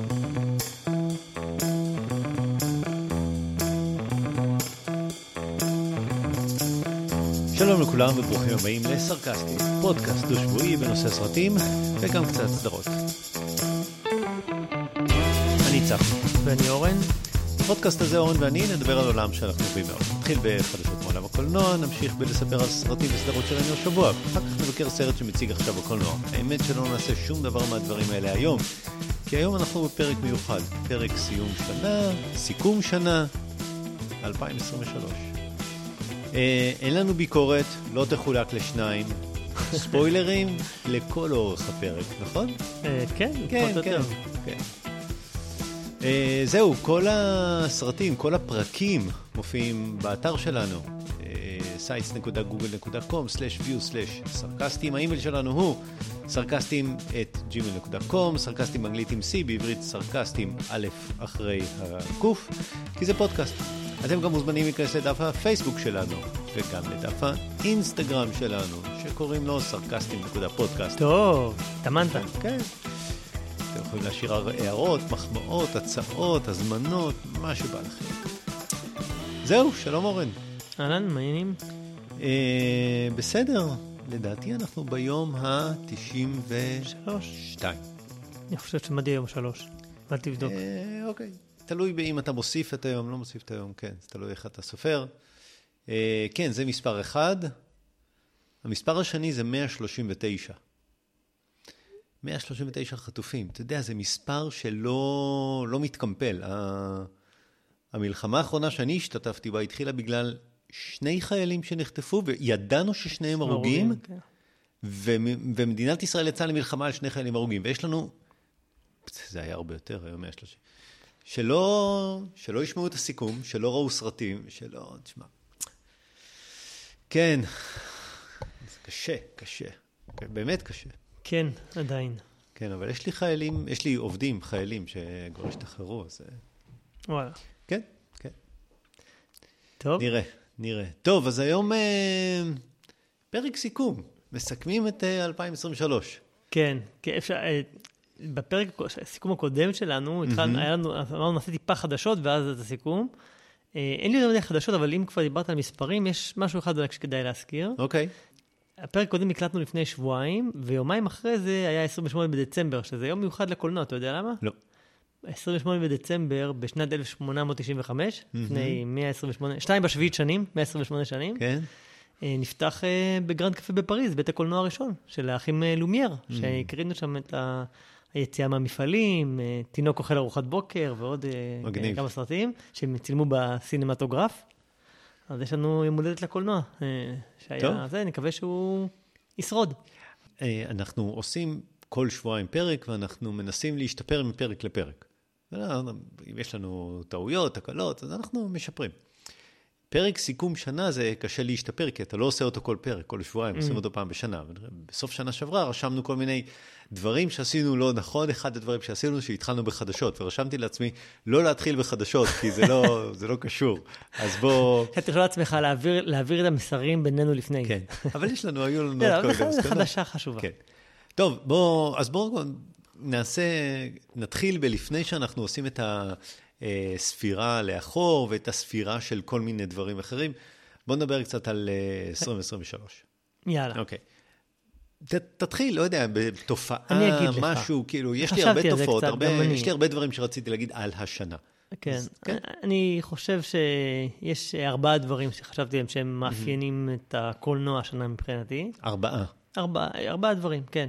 שלום לכולם וברוכים הבאים לסרקסטים, פודקאסט דו-שבועי בנושא סרטים וגם קצת סדרות. אני צחי. ואני אורן. בפודקאסט הזה אורן ואני נדבר על עולם שאנחנו אוהבים מאוד. נתחיל בחדשות מעולם הקולנוע, נמשיך בלספר על סרטים וסדרות שראינו השבוע, אחר כך נבקר סרט שמציג עכשיו בקולנוע. האמת שלא נעשה שום דבר מהדברים האלה היום, כי היום אנחנו בפרק מיוחד, פרק סיכום שנה 2023. אין לנו ביקורת, לא תחולק לשניים, ספוילרים לכל אורך הפרק, נכון? כן, כן. זהו, כל הסרטים, כל הפרקים מופיעים באתר שלנו, sites.google.com/view/sarcastim. האימייל שלנו הוא sarcastim@gmail.com, סרקסטים באנגלית עם C, בעברית סרקסטים א' אחרי הקוף, כי זה פודקאסט. אתם גם מוזמנים להיכנס לדף הפייסבוק שלנו, וגם לדף האינסטגרם שלנו, שקוראים לו sarcastim.podcast. טוב, תמנת. כן. אתם יכולים להשאיר הערות, מחמאות, הצעות, הזמנות, מה שבא לכם. זהו, שלום אורן. אהלן, מעניינים? בסדר, לדעתי אנחנו ביום ה-93. אני חושב שמדי יום 3. אל תבדוק. אוקיי. תלוי אם אתה מוסיף את היום, לא מוסיף את היום, כן. תלוי איך אתה סופר. כן, זה מספר 1. המספר השני זה 139. 139 חטופים. אתה יודע, זה מספר שלא מתקמפל. המלחמה האחרונה שאני השתתפתי בה התחילה בגלל 2 חיילים שנחטפו, וידענו ששניהם הרוגים, ומדינת ישראל יצאה למלחמה על 2 חיילים הרוגים, ויש לנו, זה היה הרבה יותר, היום 130, שלא ישמעו את הסיכום, שלא ראו סרטים, שלא, תשמע. כן, זה קשה, באמת קשה. כן, עדיין. כן, אבל יש לי חיילים שכבר השתחררו, אז... וואלה. כן. טוב. נראה. טוב, אז היום פרק סיכום. מסכמים את 2023. כן, אפשר... בפרק הסיכום הקודם שלנו, אמרנו נעשה טיפה חדשות, ואז את הסיכום. אין לי יותר מדי חדשות, אבל אם כבר דיברת על מספרים, יש משהו אחד שכדאי להזכיר. אוקיי. הפרק קודם הקלטנו לפני שבועיים, ויומיים אחרי זה היה 28 בדצמבר, שזה יום מיוחד לקולנוע, אתה יודע למה? לא. 28 בדצמבר בשנת 1895, לפני 128 שנים, כן. נפתח בגרנד קפה בפריז, בית הקולנוע הראשון, של האחים לומייר, שהקרינו שם את היציאה מהמפעלים, תינוק אוכל ארוחת בוקר, ועוד כמה סרטים, שהם צילמו בסינמטוגרף. אז יש לנו יום הולדת לקולנוע, שהיה זה, נקווה שהוא ישרוד. אנחנו עושים כל שבועיים פרק, ואנחנו מנסים להשתפר מפרק לפרק. אם יש לנו טעויות, תקלות, אז אנחנו משפרים. פרק סיכום שנה זה קשה להשתפר, כי אתה לא עושה אותו כל פרק, כל שבועיים, עושים אותו פעם בשנה. בסוף שנה שעברה רשמנו כל מיני דברים שעשינו לא נכון, אחד הדברים שעשינו שהתחלנו בחדשות, ורשמתי לעצמי לא להתחיל בחדשות, כי זה לא קשור. אז בוא... אתה תרשו לעצמך להעביר את המסרים בינינו לפני. כן, אבל היו לנו עוד כל זה חדשה חשובה. כן. טוב, אז בואו נתחיל בלפני שאנחנו עושים את הספירה לאחור, ואת הספירה של כל מיני דברים אחרים. בואו נדבר קצת על 2023. יאללה. אוקיי. תתחיל, לא יודע, בתופעה, משהו, כאילו, יש לי הרבה תופעות, יש לי הרבה דברים שרציתי להגיד על השנה. כן, אני חושב שיש 4 דברים שחשבתי עליהם שהם מאפיינים את הקולנוע השנה מבחינתי. 4? 4 דברים, כן.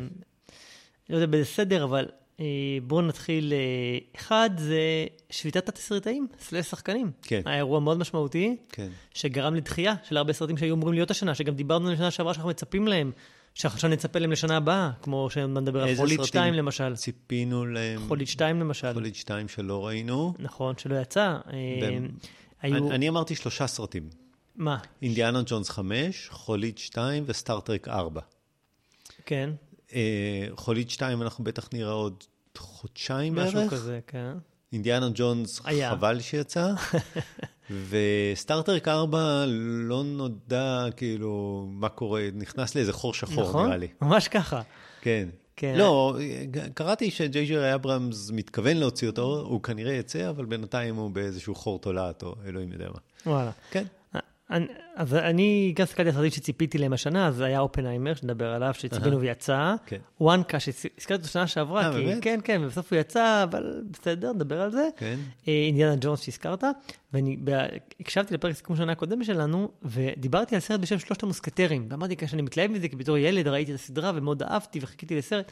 לא יודע באיזה סדר, אבל בואו נתחיל. 1 זה שביתת התסריטאים, שחקנים. כן. האירוע מאוד משמעותי, כן. שגרם לדחייה של הרבה סרטים שהיו אמורים להיות השנה, שגם דיברנו לשנה שעברה שאנחנו מצפים להם, שעכשיו נצפה להם לשנה הבאה, כמו שנדבר על חולית 2 למשל. איזה סרטים ציפינו להם? חולית 2 למשל. חולית 2 שלא ראינו. נכון, שלא יצא. אני אמרתי 3 סרטים. מה? אינדיאנה ג'ונס 5, חולית 2 וסטארטרק 4. כן. חולית 2 אנחנו בטח נראה עוד חודשיים בערך. משהו כזה, כן. אינדיאנה ג'ונס חבל שיצא. וסטארטרק 4 לא נודע כאילו מה קורה, נכנס לאיזה חור שחור, נכון? נראה לי. ממש ככה. כן. לא, קראתי שג'יי אברמס מתכוון להוציא אותו, הוא כנראה יצא, אבל בינתיים הוא באיזשהו חור תולעת, או אלוהים יודע מה. וואלה. כן. אז אני גם סקרתי הסרטים שציפיתי להם השנה, אז היה אופנהיימר, שנדבר עליו, שציפינו ויצא. וואנקה, שהזכרתי אותו שנה שעברה, כי כן, ובסוף הוא יצא, אבל בסדר, נדבר על זה. אינדיאנה ג'ונס שהזכרת, ואני הקשבתי לפרק סיכום שנה הקודמת שלנו, ודיברתי על סרט בשם שלושת המוסקטרים, ואמרתי כשאני מתלהב מזה, כי בתור ילד ראיתי את הסדרה, ומאוד אהבתי וחיכיתי לסרט.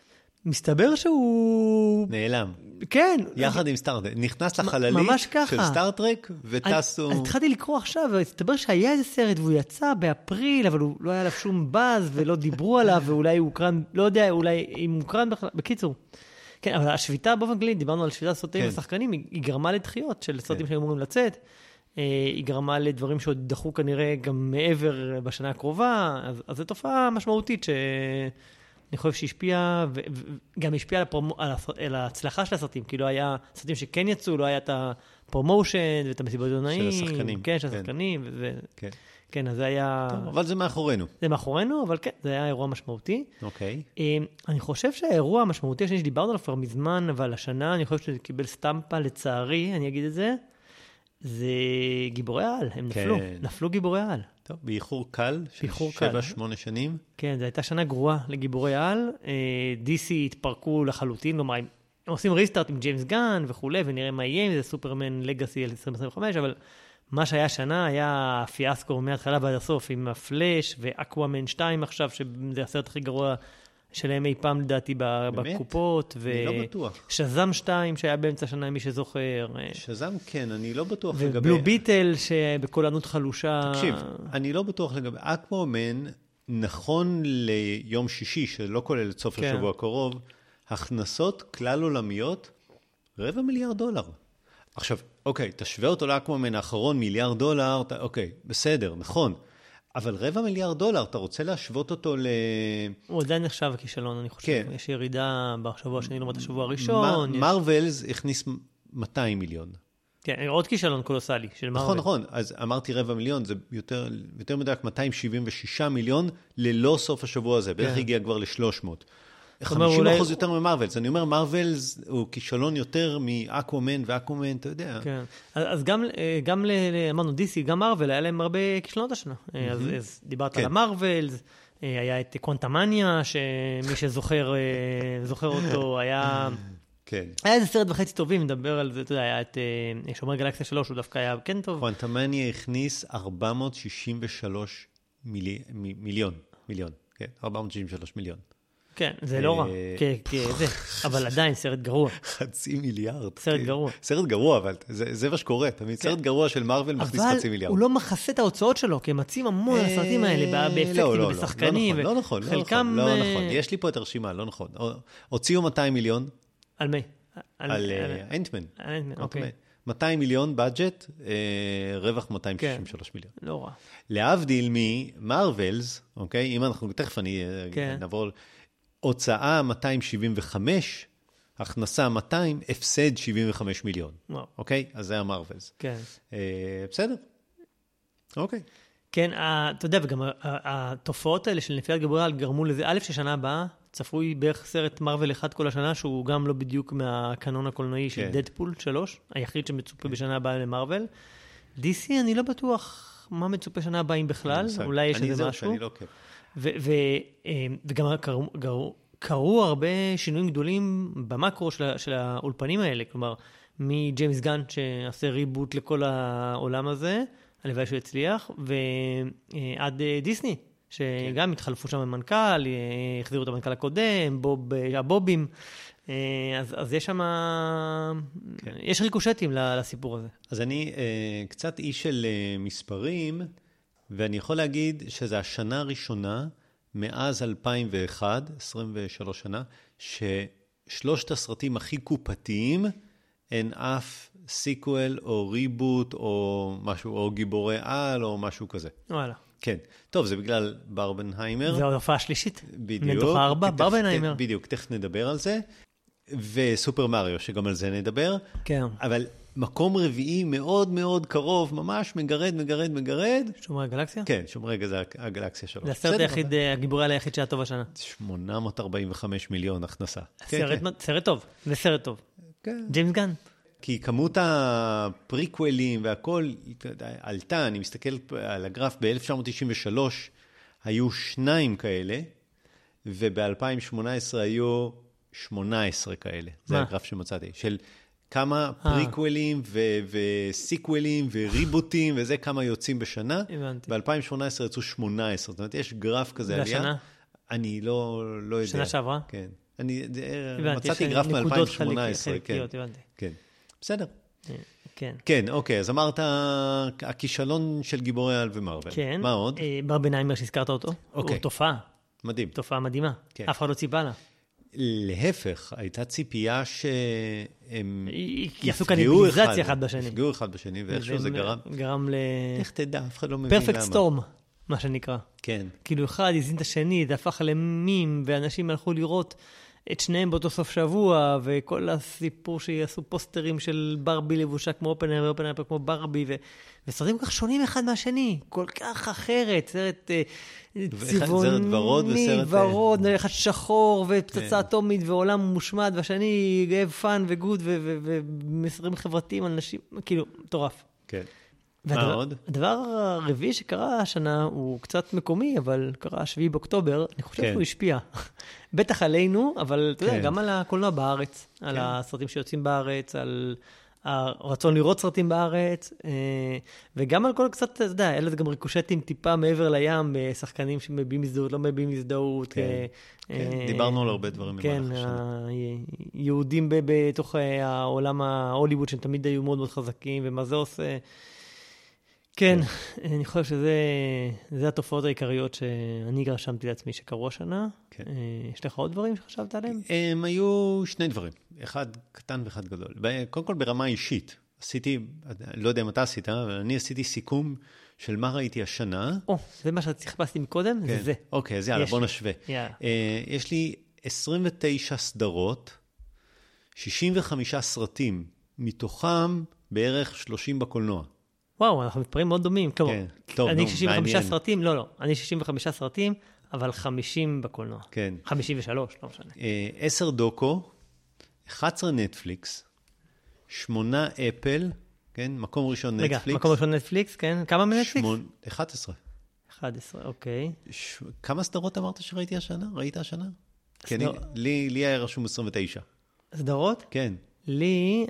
מסתבר שהוא... נעלם. כן. יחד עם סטארטרק. נכנס לחללית של סטארטרק וטסו... התחלתי לקרוא עכשיו, והסתבר שהיה איזה סרט, והוא יצא באפריל, אבל הוא לא היה עליו שום באז, ולא דיברו עליו, ואולי הוא קרן, לא יודע, אולי אם הוא קרן בכלל, בקיצור. כן, אבל השביתה באופן כללי, דיברנו על שביתה סרטים ושחקנים, היא גרמה לדחיות של סרטים שהיו אמורים לצאת, היא גרמה לדברים שעוד דחו כנראה גם מעבר בשנה הקרובה, אז זו תופעה משמעותית אני חושב שהשפיע, וגם השפיע על ההצלחה של הסרטים, כי לא היה סרטים שכן יצאו, לא היה את הפרומושן ואת המסיבות עיתונאים. של השחקנים. כן, של השחקנים. כן, אז זה היה... טוב, אבל זה מאחורינו. זה מאחורינו, אבל כן, זה היה אירוע משמעותי. אוקיי. אני חושב שהאירוע המשמעותי השני שדיברנו עליו כבר מזמן, אבל השנה, אני חושב שזה קיבל סטמפה, לצערי, אני אגיד את זה, זה גיבורי העל, הם נפלו גיבורי העל. טוב, באיחור קל, של 7-8 שנים. כן, זו הייתה שנה גרועה לגיבורי העל. DC התפרקו לחלוטין, כלומר, הם עושים ריסטארט עם ג'יימס גן וכו', ונראה מה יהיה, זה סופרמן לגאסי על 2025, אבל מה שהיה שנה היה פיאסקו מההתחלה ועד הסוף, עם הפלאש ואקוואמן 2 עכשיו, שזה הסרט הכי גרוע שלהם אי פעם לדעתי בקופות. אני לא בטוח. שזם 2 שהיה באמצע שנה, מי שזוכר. שזם כן, אני לא בטוח לגבי... ובלו ביטל שבקולנות חלושה. תקשיב, אני לא בטוח לגבי... אקוואמן, נכון ליום שישי, שלא כולל את סוף השבוע הקרוב, הכנסות כלל עולמיות, $250 מיליון. עכשיו, אוקיי, תשווה אותו לאקוואמן האחרון, $1 מיליארד, אוקיי, בסדר, נכון. אבל $250 מיליון, אתה רוצה להשוות אותו הוא עדיין נחשב הכישלון, אני חושב. כן. יש ירידה בשבוע השני, לעומת השבוע הראשון. מרוולס הכניס 200 מיליון. כן, עוד כישלון קולוסלי של מרוול. נכון, נכון. אז אמרתי $250 מיליון, זה יותר מדויק 276 מיליון ללא סוף השבוע הזה. בערך הגיע כבר ל-300. 50% יותר ממרוולס. אני אומר, מרוולס הוא כישלון יותר מאקוואמן, ואקוואמן, אתה יודע. כן. אז גם אמרנו DC, גם מרוול, היה להם הרבה כישלונות השנה. אז דיברת על המרוולס, היה את קוונטמניה, שמי שזוכר אותו, היה... כן. היה איזה סרט וחצי טובים, נדבר על זה, אתה יודע, היה את שומר גלקסיה 3, הוא דווקא היה כן טוב. קוונטמניה הכניס 463 מיליון, כן, 463 מיליון. כן, זה לא רע, אבל עדיין סרט גרוע. $500 מיליון. סרט גרוע. סרט גרוע, אבל זה מה שקורה, תמיד סרט גרוע של מרוול מכניס $500 מיליון. אבל הוא לא מכסה את ההוצאות שלו, כי הם מציעים המון הסרטים האלה, באפקטים ובשחקנים. לא נכון, יש לי פה את הרשימה, לא נכון. הוציאו 200 מיליון. על מי? על אנטמן. אוקיי. 200 מיליון בדג'ט, רווח 263 מיליון. לא רע. להבדיל ממרוולס, אוקיי? אם אנחנו, תכף אני נעבור... הוצאה 275, הכנסה 200, הפסד 75 מיליון. אוקיי? אז זה המרוולס. כן. בסדר. אוקיי. כן, אתה יודע, וגם התופעות האלה של נפיית גיבורי העל גרמו לזה, א' ששנה הבאה, צפוי בערך סרט מרוול אחד כל השנה, שהוא גם לא בדיוק מהקנון הקולנועי של דדפול 3, היחיד שמצופה בשנה הבאה למרוול. DC אני לא בטוח מה מצופה שנה הבאה אם בכלל, אולי יש איזה משהו. אני לא עוקב. וגם קרו הרבה שינויים גדולים במקרו של האולפנים האלה, כלומר, מג'יימס גן שעשה ריבוט לכל העולם הזה, הלוואי שהוא הצליח, ועד דיסני, שגם התחלפו שם במנכ"ל, החזירו את המנכ"ל הקודם, הבובים, אז יש שם, יש ריקושטים לסיפור הזה. אז אני קצת איש של מספרים, ואני יכול להגיד שזו השנה הראשונה, מאז 2001, 23 שנה, ששלושת הסרטים הכי קופתיים, אין אף סיקוול או ריבוט או משהו, או גיבורי על או משהו כזה. וואלה. כן. טוב, זה בגלל ברבנהיימר. זה ההופעה השלישית. בדיוק. מתוך 4, ברבנהיימר. בדיוק, תכף נדבר על זה. וסופר מריו, שגם על זה נדבר. כן. אבל מקום רביעי מאוד מאוד קרוב, ממש מגרד. שומרי הגלקסיה? כן, שומרי הגלקסיה שלו. זה הסרט היחיד, הגיבורי על היחיד שהיה טוב השנה. 845 מיליון הכנסה. סרט טוב, זה סרט טוב. ג'יימס גן. כי כמות הפריקוולים והכל עלתה, אני מסתכל על הגרף, ב-1993 היו 2 כאלה, וב-2018 היו 18 כאלה. זה הגרף שמצאתי. של כמה פריקוולים וסיקוולים וריבוטים, וזה כמה יוצאים בשנה. ב-2018 יצאו 18. זאת אומרת, יש גרף כזה עלייה. והשנה? אני לא יודע. שנה שעברה? כן. אני מצאתי גרף מ-2018. כן. בסדר. כן. כן, אוקיי. אז אמרת, הכישלון של גיבורי על ומרוול. כן. מה עוד? ברבנהיימר שהזכרת אותו. אוקיי. הוא תופעה. מדהים. תופעה מדהימה. אף אחד לא ציפה לה. להפך, הייתה ציפייה שהם יעשו קניבליזציה אחד בשני. יפגעו אחד בשני, ואיכשהו זה גרם איך תדע, אף אחד לא מבין למה. פרפקט סטורם, מה שנקרא. כן. כאילו אחד הזין את השני, זה הפך למים, ואנשים הלכו לראות את שניהם באותו סוף שבוע, וכל הסיפור שיעשו פוסטרים של ברבי לבושה כמו אופנהיימר, ואופנהיימר כמו ברבי, וסרטים כל כך שונים אחד מהשני, כל כך אחרת, סרט צבעוני, ורוד, אחד שחור, ופצצה אטומית, ועולם מושמד, והשני גאב פן וגוד, ומסרים חברתיים על נשים, כאילו, מטורף. כן. מה עוד? הדבר הרביעי שקרה השנה הוא קצת מקומי, אבל קרה 7 באוקטובר, אני חושב שהוא השפיע. בטח עלינו, אבל אתה יודע, גם על הקולנוע בארץ, על הסרטים שיוצאים בארץ, על הרצון לראות סרטים בארץ, וגם על כל קצת, אתה יודע, אלה גם ריקושטים טיפה מעבר לים, בשחקנים שמביעים הזדהות, לא מביעים הזדהות. כן, דיברנו על הרבה דברים. כן, יהודים בתוך העולם ההוליווד, שהם תמיד היו מאוד מאוד חזקים, ומה זה עושה. כן, אני חושב שזה התופעות העיקריות שאני רשמתי לעצמי שקרו השנה. יש לך עוד דברים שחשבת עליהם? הם היו 2 דברים, אחד קטן ואחד גדול. קודם כל ברמה אישית, עשיתי, לא יודע אם אתה עשית, אבל אני עשיתי סיכום של מה ראיתי השנה. זה מה שחיפשתי מקודם, זה זה. אוקיי, אז יאללה, בוא נשווה. יש לי 29 סדרות, 65 סרטים, מתוכם בערך 30 בקולנוע. וואו, אנחנו מתפרים מאוד דומים. כן, טוב, אני 65 סרטים, לא, אני 65 סרטים, אבל 50 בקולנוע. כן. 53, לא משנה. 10 דוקו, 11 נטפליקס, 8 אפל, כן, מקום ראשון נטפליקס. רגע, מקום ראשון נטפליקס, כן. כמה מנטפליקס? 11. 11, אוקיי. כמה סדרות אמרת שראיתי השנה? ראית השנה? כן, לי היה רשום 29. סדרות? כן. לי,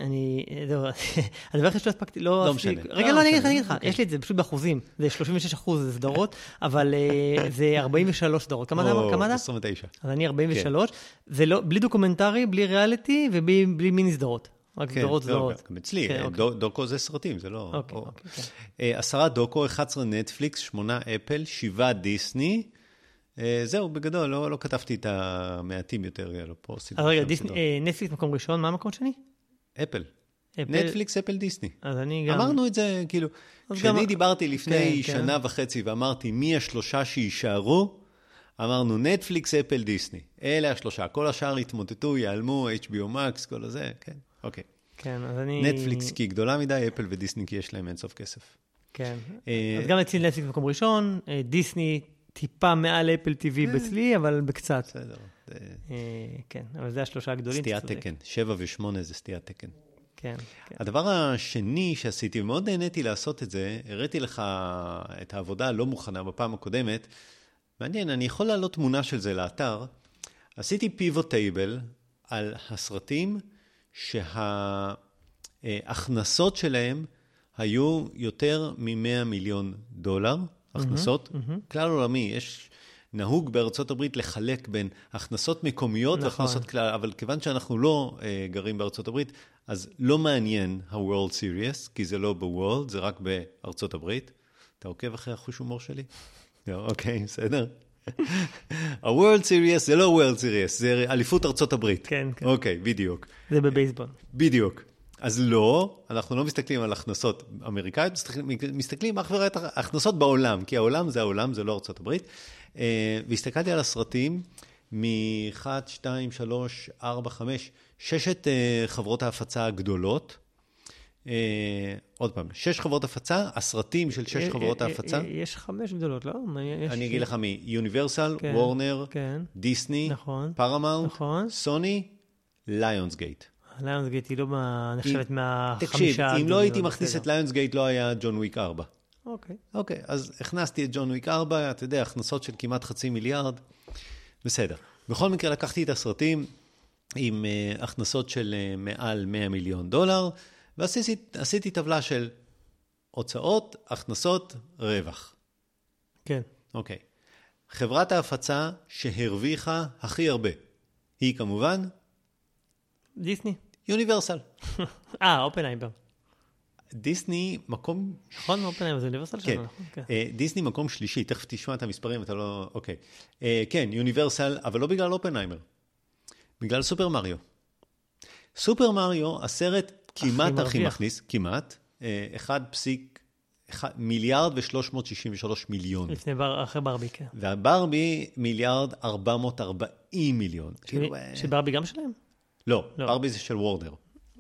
הדבר הכי שלא הספקתי, לא משנה. רגע, לא, אני אגיד לך, יש לי את זה פשוט באחוזים, זה 36% זה סדרות, אבל זה 43 סדרות. כמה אתה? 29. אז אני 43, זה לא, בלי דוקומנטרי, בלי ריאליטי, ובלי מיני סדרות. רק סדרות. גם אצלי, דוקו זה סרטים, זה לא... 10 דוקו, 11 נטפליקס, 8 אפל, 7 דיסני, זהו, בגדול, לא כתבתי את המעטים יותר. אז רגע, נטפליקס מקום ראשון, מה המקום שני? אפל. נטפליקס, אפל, דיסני. אז אני גם... אמרנו את זה, כאילו, כשאני דיברתי לפני שנה וחצי, ואמרתי, מי השלושה שישארו? אמרנו, נטפליקס, אפל, דיסני. אלה השלושה. כל השאר התמוטטו, יעלמו, HBO Max, כל הזה, כן. אוקיי. כן, אז אני... נטפליקס כי גדולה מדי, אפל ודיסני כי יש להם אינסוף כסף. כן. אז גם אצלי נטפליקס מקום ראשון, דיסני טיפה מעל אפל TV בצלי, אבל בקצת. בסדר. כן, אבל זה השלושה הגדולים. סטיית תקן. 7 ו8 זה סטיית תקן. כן. הדבר השני שעשיתי, ומאוד נהניתי לעשות את זה, הראיתי לך את העבודה הלא מוכנה בפעם הקודמת, מעניין, אני יכול להעלות תמונה של זה לאתר, עשיתי פיבוט טייבל על הסרטים שההכנסות שלהם היו יותר מ$100 מיליון, הכנסות, כלל עולמי, יש נהוג בארצות הברית לחלק בין הכנסות מקומיות והכנסות כלל, אבל כיוון שאנחנו לא גרים בארצות הברית, אז לא מעניין ה-World Series, כי זה לא ב-World, זה רק בארצות הברית. אתה עוקב אחרי החוש הומור שלי? אוקיי, בסדר. ה-World Series זה לא World Series, זה אליפות ארצות הברית. כן, כן. אוקיי, בדיוק. זה בבייסבול. בדיוק. אז לא, אנחנו לא מסתכלים על הכנסות אמריקאיות, מסתכלים אך ורק על הכנסות בעולם, כי העולם, זה לא ארצות הברית. והסתכלתי על הסרטים מ-1, 2, 3, 4, 5, 6 חברות ההפצה הגדולות, עוד פעם, 6 חברות הפצה, הסרטים של 6 חברות ההפצה. יש 5 גדולות, לא? אני אגיד לך מי, יוניברסל, וורנר, דיסני, פרמאונט, סוני, ליונסגייט. ליונסגייט היא לא נחשבת מה5 תקשיב, אם לא הייתי מכניס את ליונסגייט, לא היה ג'ון וויק 4. אוקיי, אז הכנסתי את ג'ון וויק 4, אתה יודע, הכנסות של כמעט 500 מיליארד, בסדר. בכל מקרה לקחתי את הסרטים עם הכנסות של מעל $100 מיליון, ועשיתי טבלה של הוצאות, הכנסות, רווח. כן. אוקיי. חברת ההפצה שהרוויחה הכי הרבה, היא כמובן? דיסני. יוניברסל. אופנהיימר. דיסני מקום... נכון, אופנהיימר זה יוניברסל שלנו. כן. דיסני מקום שלישי, תכף תשמע את המספרים, אתה לא... אוקיי. כן, יוניברסל, אבל לא בגלל אופנהיימר. בגלל סופר מריו. סופר מריו, הסרט כמעט הכי מכניס, כמעט, 1.363 מיליון. אחרי ברבי, כן. והברבי 1.440 מיליון. שברבי גם שלהם? לא, ברבי זה של וורנר.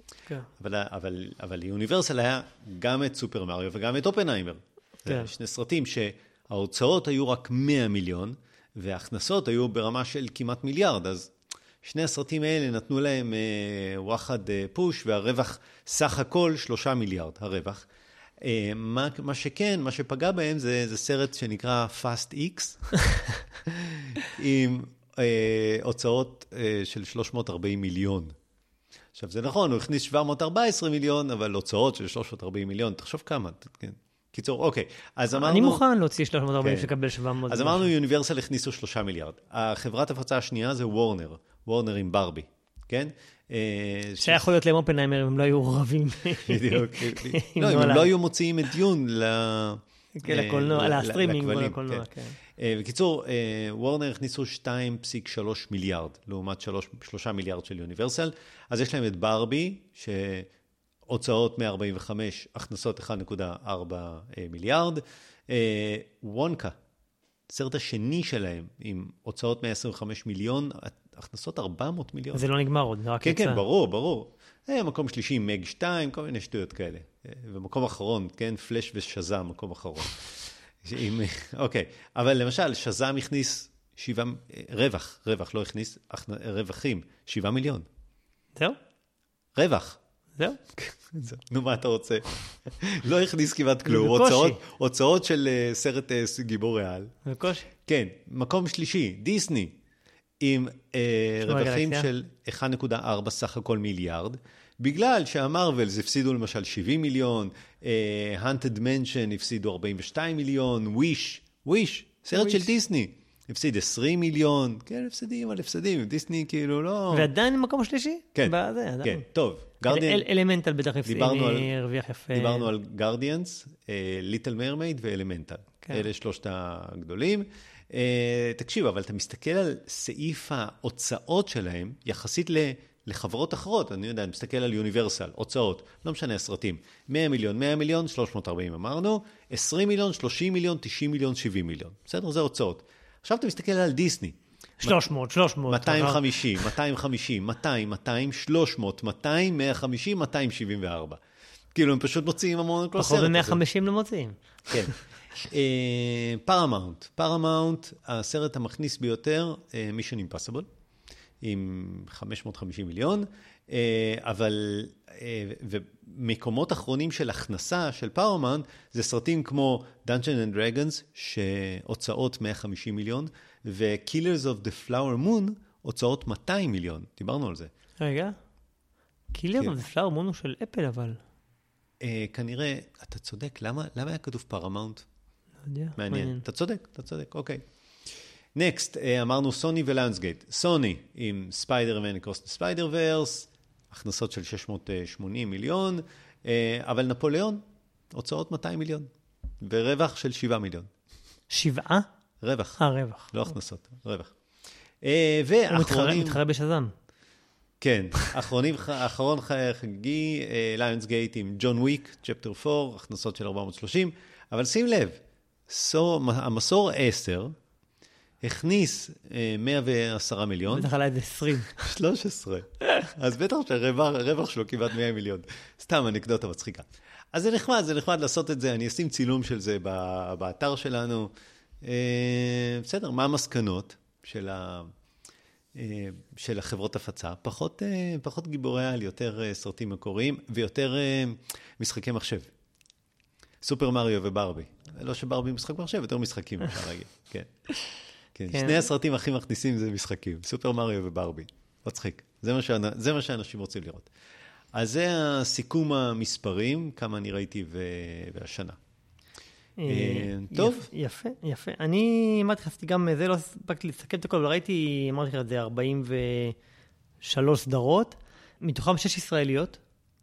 אבל יוניברסל היה גם את סופר מריו וגם את אופנהיימר. זה שני סרטים שההוצאות היו רק 100 מיליון, וההכנסות היו ברמה של כמעט מיליארד, אז שני הסרטים האלה נתנו להם וואחד פוש, והרווח סך הכל 3 מיליארד, הרווח. מה שכן, מה שפגע בהם זה סרט שנקרא Fast X, עם הוצאות של 340 מיליון. עכשיו זה נכון, הוא הכניס 714 מיליון, אבל הוצאות של 340 מיליון, תחשוב כמה, כן. קיצור, אוקיי. אז אמרנו... אני מוכן להוציא 340 שקבל 700. אז אמרנו, יוניברסל הכניסו 3 מיליארד. החברת הפצה השנייה זה וורנר. וורנר עם ברבי, כן? שהיה יכול להיות להם אופנהיימר, אם לא היו רבים. בדיוק. לא, אם הם לא היו מוציאים את דיון לקולנוע, לסטרימינג ולקולנוע, כן. בקיצור, וורנר הכניסו 2.3 מיליארד, לעומת 3 מיליארד של יוניברסל. אז יש להם את ברבי, הוצאות 145, הכנסות 1.4 מיליארד. וונקה, סרט השני שלהם, עם הוצאות 125 מיליון, הכנסות 400 מיליון. זה לא נגמר עוד, זה רק יצא. כן, ברור. מקום שלישי, מג 2, כל מיני שטויות כאלה. ומקום אחרון, כן, פלש ושזם, מקום אחרון. אוקיי, אבל למשל, שזם הכניס רווח, לא הכניס, רווחים, 7 מיליון. זהו? רווח. זהו? נו, מה אתה רוצה? לא הכניס כמעט כלום. הוצאות של סרט גיבור ריאל. בקושי. כן, מקום שלישי, דיסני, עם רווחים של 1.4 סך הכל מיליארד, בגלל שהמרוולס הפסידו למשל 70 מיליון, Haunted Mansion הפסידו 42 מיליון, וויש, סרט של דיסני. הפסיד 20 מיליון, כן, הפסדים, דיסני כאילו לא... ועדיין מקום שלישי? כן, טוב. אלמנטל בטח הרוויח יפה. דיברנו על גרדיאנס, ליטל מרמייד ואלמנטל. אלה שלושת הגדולים. תקשיב, אבל אתה מסתכל על סעיף ההוצאות שלהם, יחסית לחברות אחרות, אני יודע, אני מסתכל על יוניברסל, הוצאות, לא משנה הסרטים, 100 מיליון, 340 אמרנו, 20 מיליון, 30 מיליון, 90 מיליון, 70 מיליון. בסדר? זה הוצאות. עכשיו אתה מסתכל על דיסני. 300. 250, 200, 300, 200, 150, 274. כאילו, הם פשוט מוציאים המון כל סרט. פחות ב-150 לא מוציאים. כן. פרמאונט, הסרט המכניס ביותר, Mission Impossible, עם 550 מיליון, אבל ומקומות אחרונים של הכנסה של פרמאונט, זה סרטים כמו Dungeons and Dragons, שהוצאות 150 מיליון, ו-Killers of the Flower Moon, הוצאות 200 מיליון. דיברנו על זה. רגע, Killers of the Flower Moon הוא של אפל, אבל... כנראה, אתה צודק, למה היה כתוב פרמאונט? לא יודע. מעניין. אתה צודק, אוקיי. נקסט, אמרנו סוני וליונסגייט. סוני עם ספיידרמן אקרוס ספיידר ורס, הכנסות של 680 מיליון, אבל נפוליאון, הוצאות 200 מיליון, ורווח של 7 מיליון. 7? רווח. רווח. לא הכנסות, רווח. הוא מתחרה בשזם. כן, אחרון חגיגי, ליונסגייט עם ג'ון וויק, צ'פטר 4, הכנסות של 430, אבל שים לב, המסור 10, הכניס 110 מיליון. בטח עלה איזה 20. 13. אז בטח שהרווח שלו כמעט 100 מיליון. סתם אנקדוטה מצחיקה. אז זה נחמד לעשות את זה, אני אשים צילום של זה באתר שלנו. בסדר, מה המסקנות של החברות הפצה? פחות גיבורי על, יותר סרטים מקוריים ויותר משחקי מחשב. סופר מריו וברבי. לא שברבי משחק מחשב, יותר משחקים, אפשר להגיד. כן. שני הסרטים הכי מכניסים זה משחקים. סופר מריו וברבי. מצחיק. זה מה שאנשים רוצים לראות. אז זה הסיכום המספרים, כמה אני ראיתי והשנה. טוב? יפה. אני אמרתי חסתי גם, זה לא הספקתי לסכם את הכל, אבל ראיתי, אמרתי לך, זה 43 סדרות, מתוכם 6 ישראליות.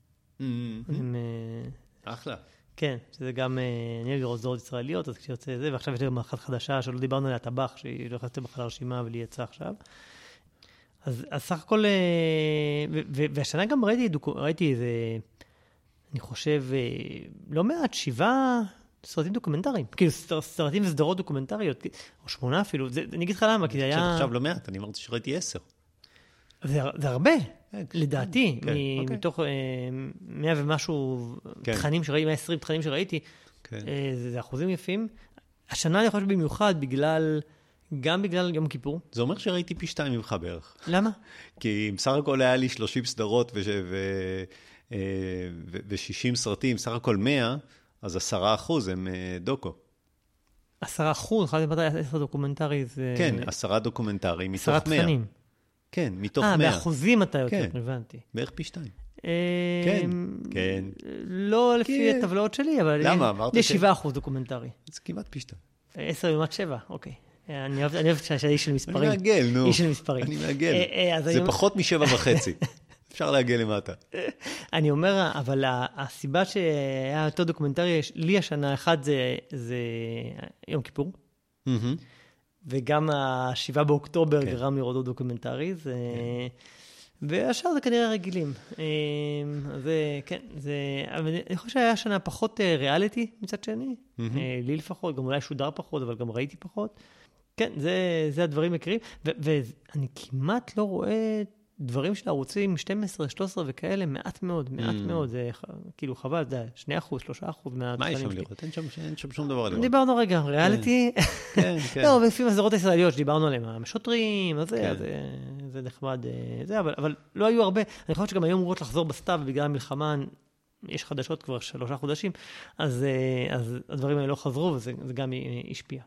אחלה. כן, שזה גם, אני אוהב לראות סדרות ישראליות, אז כשיוצא זה, ועכשיו יש לי גם אחת חדשה, שלא דיברנו עליה, טבח, שהיא לא יכולה בכלל הרשימה, אבל היא יצאה עכשיו. אז סך הכל, והשנה גם ראיתי איזה, אני חושב, לא מעט, 7 סרטים דוקומנטריים, כאילו סרטים וסדרות דוקומנטריות, או 8 אפילו, אני אגיד לך למה, כי זה היה... עכשיו לא מעט, אני אמרתי שראיתי 10. זה הרבה, לדעתי, מתוך 100 ומשהו תכנים שראיתי, 120 תכנים שראיתי, זה אחוזים יפים. השנה אני חושב במיוחד גם בגלל יום כיפור. זה אומר שראיתי פי 2 ממך בערך. למה? כי בסך הכל היה לי 30 סדרות ו-60 סרטים, סך הכל 100, אז 10% הם דוקו. 10%? חייב לבטא 10 דוקומנטרי זה... כן, 10 דוקומנטרי מתוך 100. 10 תכנים. כן, מתוך 100. באחוזים אתה יותר, הבנתי. בערך פי 2. כן. לא לפי הטבלאות שלי, אבל... למה? אמרת יש 7% דוקומנטרי. זה כמעט פי 2. 10 לעומת 7, אוקיי. אני אוהב שאני איש של מספרים. אני מעגל, נו. איש של מספרים. אני מעגל. זה פחות מ7.5. אפשר להגיע למטה. אני אומר, אבל הסיבה שהיה יותר דוקומנטרי, לי השנה, אחד זה יום כיפור, וגם 7 באוקטובר גרם לראות דוקומנטרי, והשאר זה כנראה רגילים. זה, כן, אני חושב שהיה השנה פחות ריאליטי מצד שני, לי לפחות, גם אולי שודר פחות, אבל גם ראיתי פחות. כן, זה הדברים מכירים, ואני כמעט לא רואה דברים של ערוצים 12, 13 וכאלה, מעט מאוד, זה כאילו חבל, זה 2%, 3% מהתכנים. מה יש שם לראות? אין שם שום דבר לראות. דיברנו רגע, ריאליטי. כן. לא, ולפעמים הסדרות הישראליות שדיברנו עליהן, המשותרים, זה נחמד, אבל לא היו הרבה. אני חושב שגם היום אמורות לחזור בסתיו, בגלל המלחמה, יש חדשות כבר 3 חודשים, אז הדברים האלה לא חזרו, וזה גם השפיע.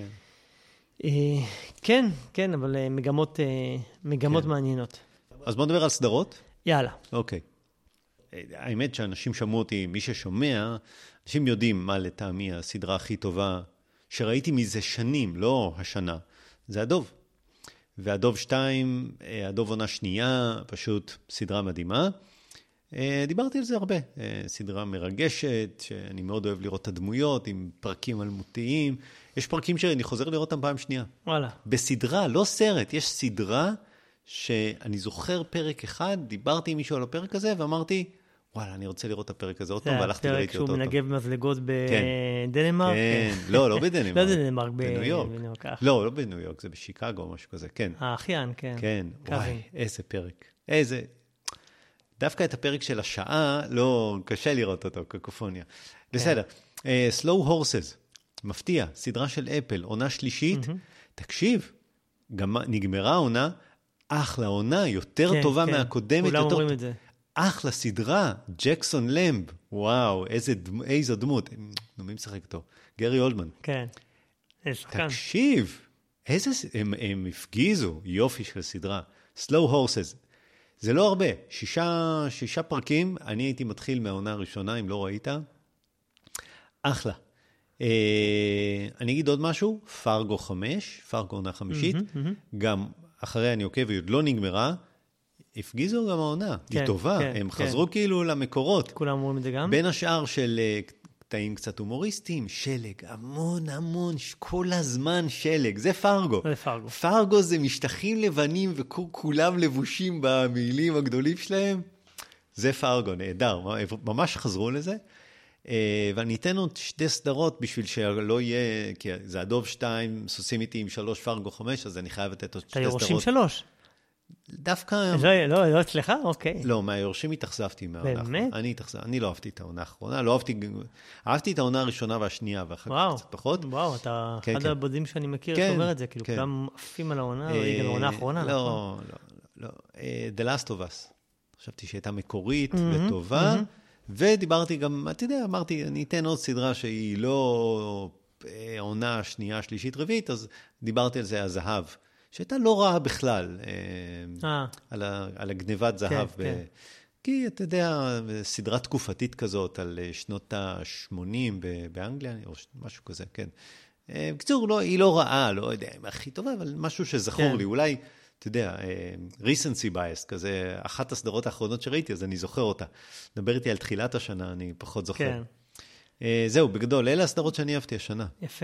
כן, אבל מגמות מעניינות. אז בוא נדבר על סדרות. יאללה. אוקיי. האמת שאנשים שמעו אותי, מי ששומע, אנשים יודעים מה לטעמי הסדרה הכי טובה שראיתי מזה שנים, לא השנה. זה הדוב. והדוב 2, הדוב עונה שנייה, פשוט סדרה מדהימה. דיברתי על זה הרבה. סדרה מרגשת, שאני מאוד אוהב לראות את הדמויות, עם פרקים אלמותיים. יש פרקים שאני חוזר לראות אותם פעם שנייה. וואלה. בסדרה, לא סרט, יש סדרה שאני זוכר פרק אחד, דיברתי עם מישהו על הפרק הזה, ואמרתי, וואלה, אני רוצה לראות את הפרק הזה עוד פעם, והלכתי וראיתי אותו. זה הפרק שהוא מנגב מזלגות בדנמרק? כן, לא בדנמרק. לא בדנמרק, בניו יורק. לא בניו יורק, זה בשיקגו או משהו כזה, כן. האחיין, כן. כן, וואי, איזה פרק. דווקא את הפרק של השעה, לא, קשה לראות אותו, קקופוניה. בסדר. Slow Horses, מפתיע, סדרה של אפל, עונה שלישית. תקשיב, גם נגמרה עונה, אחלה עונה, יותר טובה מהקודמת. כולם אומרים את זה. אחלה סדרה, ג'קסון למב, וואו, איזו דמות. מי משחק אותו? גרי אולדמן. כן. תקשיב, הם הפגיזו, יופי של סדרה. Slow Horses. זה לא הרבה, 6 פרקים, אני הייתי מתחיל מהעונה הראשונה, אם לא ראית. אחלה. אני אגיד עוד משהו, פארגו 5, פארגו עונה 5, גם אחרי אני עוקב, היא עוד לא נגמרה, הפגיזו גם העונה, היא טובה, הם חזרו כאילו למקורות. כולם אומרים את זה גם? בין השאר של קטעים קצת הומוריסטיים, שלג, המון, כל הזמן שלג, זה פארגו. זה פארגו. פארגו זה משטחים לבנים וכולם לבושים במעילים הגדולים שלהם, זה פארגו, נהדר, ממש חזרו לזה. ואני אתן עוד 2 סדרות בשביל שלא יהיה, כי זה הדוב 2, סוסים איתי עם 3 פרגו 5, אז אני חייב לתת עוד 2 סדרות. אתה יורשים 3? דווקא... לא אצלך? אוקיי. לא, מהיורשים התאכזבתי מהעונה האחרונה. באמת? אני לא אהבתי את העונה האחרונה, אהבתי את העונה הראשונה והשנייה, ואחר כך קצת פחות. וואו, אתה אחד הבודדים שאני מכיר שאומר את זה, כאילו כולם עפים על העונה, גם העונה האחרונה. לא. The Last of Us. חשבתי שהייתה מקורית וטובה, ודיברתי גם, אתה יודע, אמרתי, אני אתן עוד סדרה שהיא לא עונה שנייה, שלישית, רביעית, אז דיברתי על זה, הזהב. שהייתה לא רעה בכלל, על הגניבת זהב. כי אתה יודע, סדרה תקופתית כזאת, על שנות ה-80 באנגליה, או משהו כזה, כן. בקיצור, היא לא רעה, לא יודע, היא הכי טובה, אבל משהו שזכור לי, אולי, אתה יודע, recency bias, כזה, אחת הסדרות האחרונות שראיתי, אז אני זוכר אותה. דבר איתי על תחילת השנה, אני פחות זוכר. זהו, בגדול, אלה הסדרות שאני אהבתי השנה. יפה.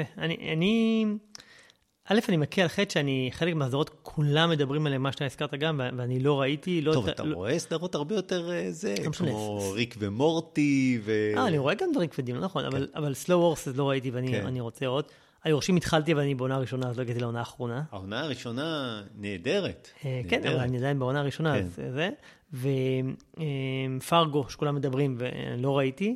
אני מכה על חטא שאני, חלק מהסדרות, כולם מדברים עליהם, מה שאתה הזכרת גם, ואני לא ראיתי. טוב, אתה רואה סדרות הרבה יותר זה, כמו ריק ומורטי. אני רואה גם דברים כבדים, נכון, אבל Slow Horses לא ראיתי, ואני רוצה עוד. היורשים התחלתי, ואני בעונה הראשונה, אז לא הגעתי לעונה האחרונה. העונה הראשונה נהדרת. כן, אבל אני עדיין בעונה הראשונה, אז זה. ופרגו, שכולם מדברים, ולא ראיתי.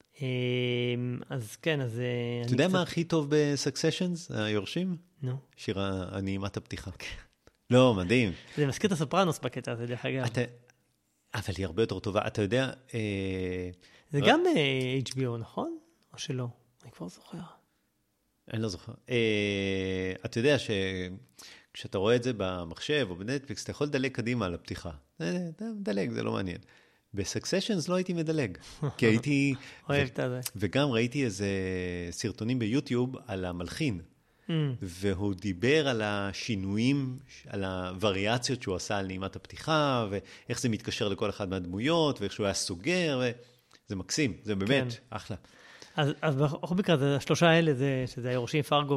אז כן, אז... אתה יודע מה הכי טוב ב-Successions, היורשים? נו. שירה הנעימת הפתיחה. לא, מדהים. זה מזכיר את הסופרנוס בקטע הזה, דרך אגב. אבל היא הרבה יותר טובה. אתה יודע... זה גם HBO, נכון? או שלא? אני כבר זוכר. אני לא זוכר. אתה יודע שכשאתה רואה את זה במחשב או בנטפליקס, אתה יכול לדלג קדימה על הפתיחה. אתה מדלג, זה לא מעניין. ב-Successions לא הייתי מדלג, כי הייתי... אוהבת את זה. וגם ראיתי איזה סרטונים ביוטיוב על המלחין, והוא דיבר על השינויים, על הווריאציות שהוא עשה על נעימת הפתיחה, ואיך זה מתקשר לכל אחד מהדמויות, ואיך שהוא היה סוגר, זה מקסים, זה באמת אחלה. אז בכל מקרה, זה השלושה האלה, שזה היורשים פרגו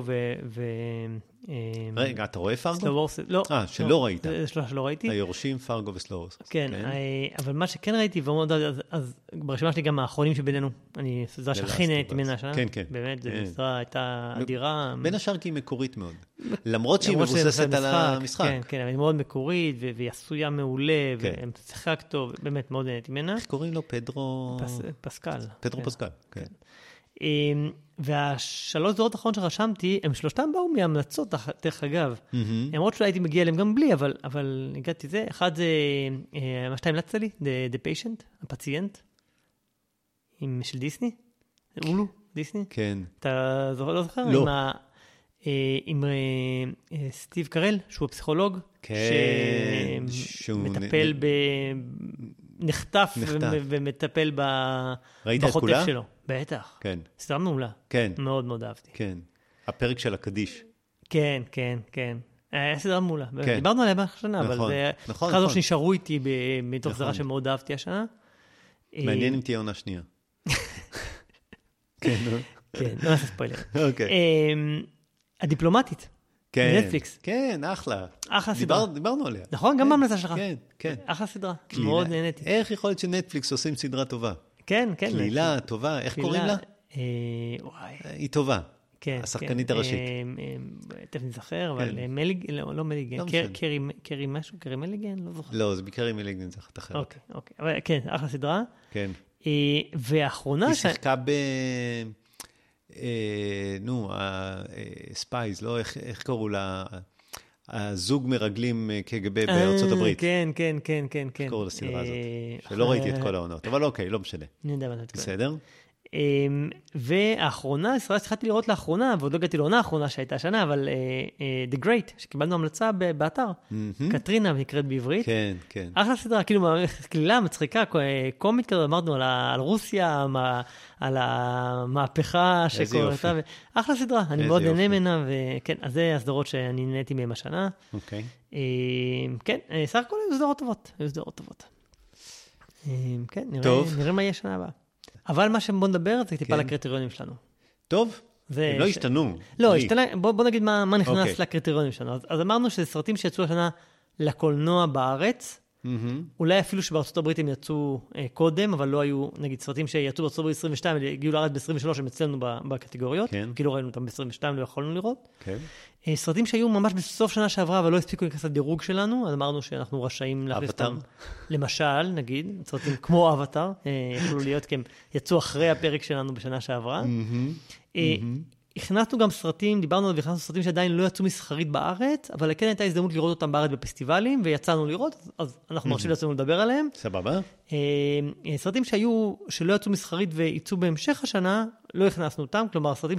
רגע, אתה רואה פרגו? סלואורס, לא. שלא ראית. זה שלושה שלא ראיתי. היורשים פרגו וסלואורס. כן, אבל מה שכן ראיתי, אז ברשימה שלי גם האחרונים שבינינו, אני סדרה שהכי נהניתי ממנה השנה. כן, כן. באמת, זו סדרה הייתה אדירה. בין השאר כי היא מקורית מאוד. למרות שהיא מבוססת על המשחק. כן, כן, אבל היא מאוד מקורית, והיא עשויה מעולה, ומשחק טוב, באמת מאוד נהניתי ממנה. איך קוראים לו? פדרו... פסקל. פדרו פסקל, כן. והשלוש סדרות האחרונות שרשמתי, הם שלושתם באו מהמלצות, דרך אגב. למרות שאולי הייתי מגיע אליהם גם בלי, אבל הגעתי זה. אחד זה, מה שאתה המלצת לי, The Patient, הפציינט, של דיסני. אולו, דיסני. כן. אתה לא זוכר? לא. עם סטיב קרל, שהוא הפסיכולוג, שמטפל נחטף ומטפל בחוטף שלו. בטח. כן. סדרה מעולה. כן. מאוד מאוד אהבתי. כן. הפרק של הקדיש. כן, כן, כן. היה סדרה מעולה. דיברנו עליה בשנה, אבל זה אחד הזו שנשארו איתי מתוך סדרה שמאוד אהבתי השנה. מעניין אם תהיה עונה שנייה. כן, לא נעשה ספוילר. אוקיי. הדיפלומטית. נטפליקס. כן, אחלה. אחלה סדרה. דיברנו עליה. נכון, גם בהמלצה שלך. כן, כן. אחלה סדרה. מאוד נהניתי. איך יכול להיות שנטפליקס עושים סדרה טובה? כן, כן. כלילה, טובה, איך קוראים לה? היא טובה. כן. השחקנית הראשית. תכף נזכר, אבל מליגן, לא מליגן, קרי משהו, קרי מליגן, לא זוכר. לא, זה בקרי מליגן, זה אחת אחרת. אוקיי, אבל כן, אחלה סדרה. כן. והאחרונה... היא שיחקה ספייז, לא, איך קראו לה? הזוג מרגלים כגבי בארצות הברית. כן, כן, כן, כן. איך קראו לסדרה הזאת? שלא ראיתי את כל העונות, אבל אוקיי, לא משנה. אני יודע מה אתה מתכוון. בסדר? והאחרונה, סדרה שהתחלתי לראות לאחרונה, ועוד לא הגעתי לעונה האחרונה שהייתה השנה, אבל The Great, שקיבלנו המלצה באתר, קטרינה נקראת בעברית. כן, כן. אחלה סדרה, כאילו כלילה, מצחיקה, קומית כזאת, אמרנו על רוסיה, על המהפכה שקורית. אחלה סדרה, אני מאוד נהנה ממנה, וכן, אז זה הסדרות שאני נהניתי מהן השנה. אוקיי. כן, סך הכל היו סדרות טובות. כן, נראה מה יהיה שנה הבאה. אבל מה שבוא נדבר, זה טיפה לקריטריונים שלנו. טוב, הם לא השתנו. לא, בוא נגיד מה נכנס לקריטריונים שלנו. אז אמרנו שזה סרטים שיצאו השנה לקולנוע בארץ, אולי אפילו שבארצות הברית הם יצאו קודם, אבל לא היו, נגיד, סרטים שיצאו בארצות הברית 22, הגיעו לארץ ב-23, הם אצלנו בקטגוריות, כאילו ראינו אותם ב-22, לא יכולנו לראות. סרטים שהיו ממש בסוף שנה שעברה, אבל לא הספיקו להיכנס לדירוג שלנו, אז אמרנו שאנחנו רשאים להכניס אותם. למשל, נגיד, סרטים כמו אבטר, יכולו להיות כי הם יצאו אחרי הפרק שלנו בשנה שעברה. הכנסנו גם סרטים, דיברנו על והכנסנו סרטים שעדיין לא יצאו מסחרית בארץ, אבל כן הייתה הזדמנות לראות אותם בארץ בפסטיבלים, ויצאנו לראות, אז אנחנו מרשים לעצמנו לדבר עליהם. סבבה. סרטים שלא יצאו מסחרית ויצאו בהמשך השנה, לא הכנסנו אותם, כלומר, סרטים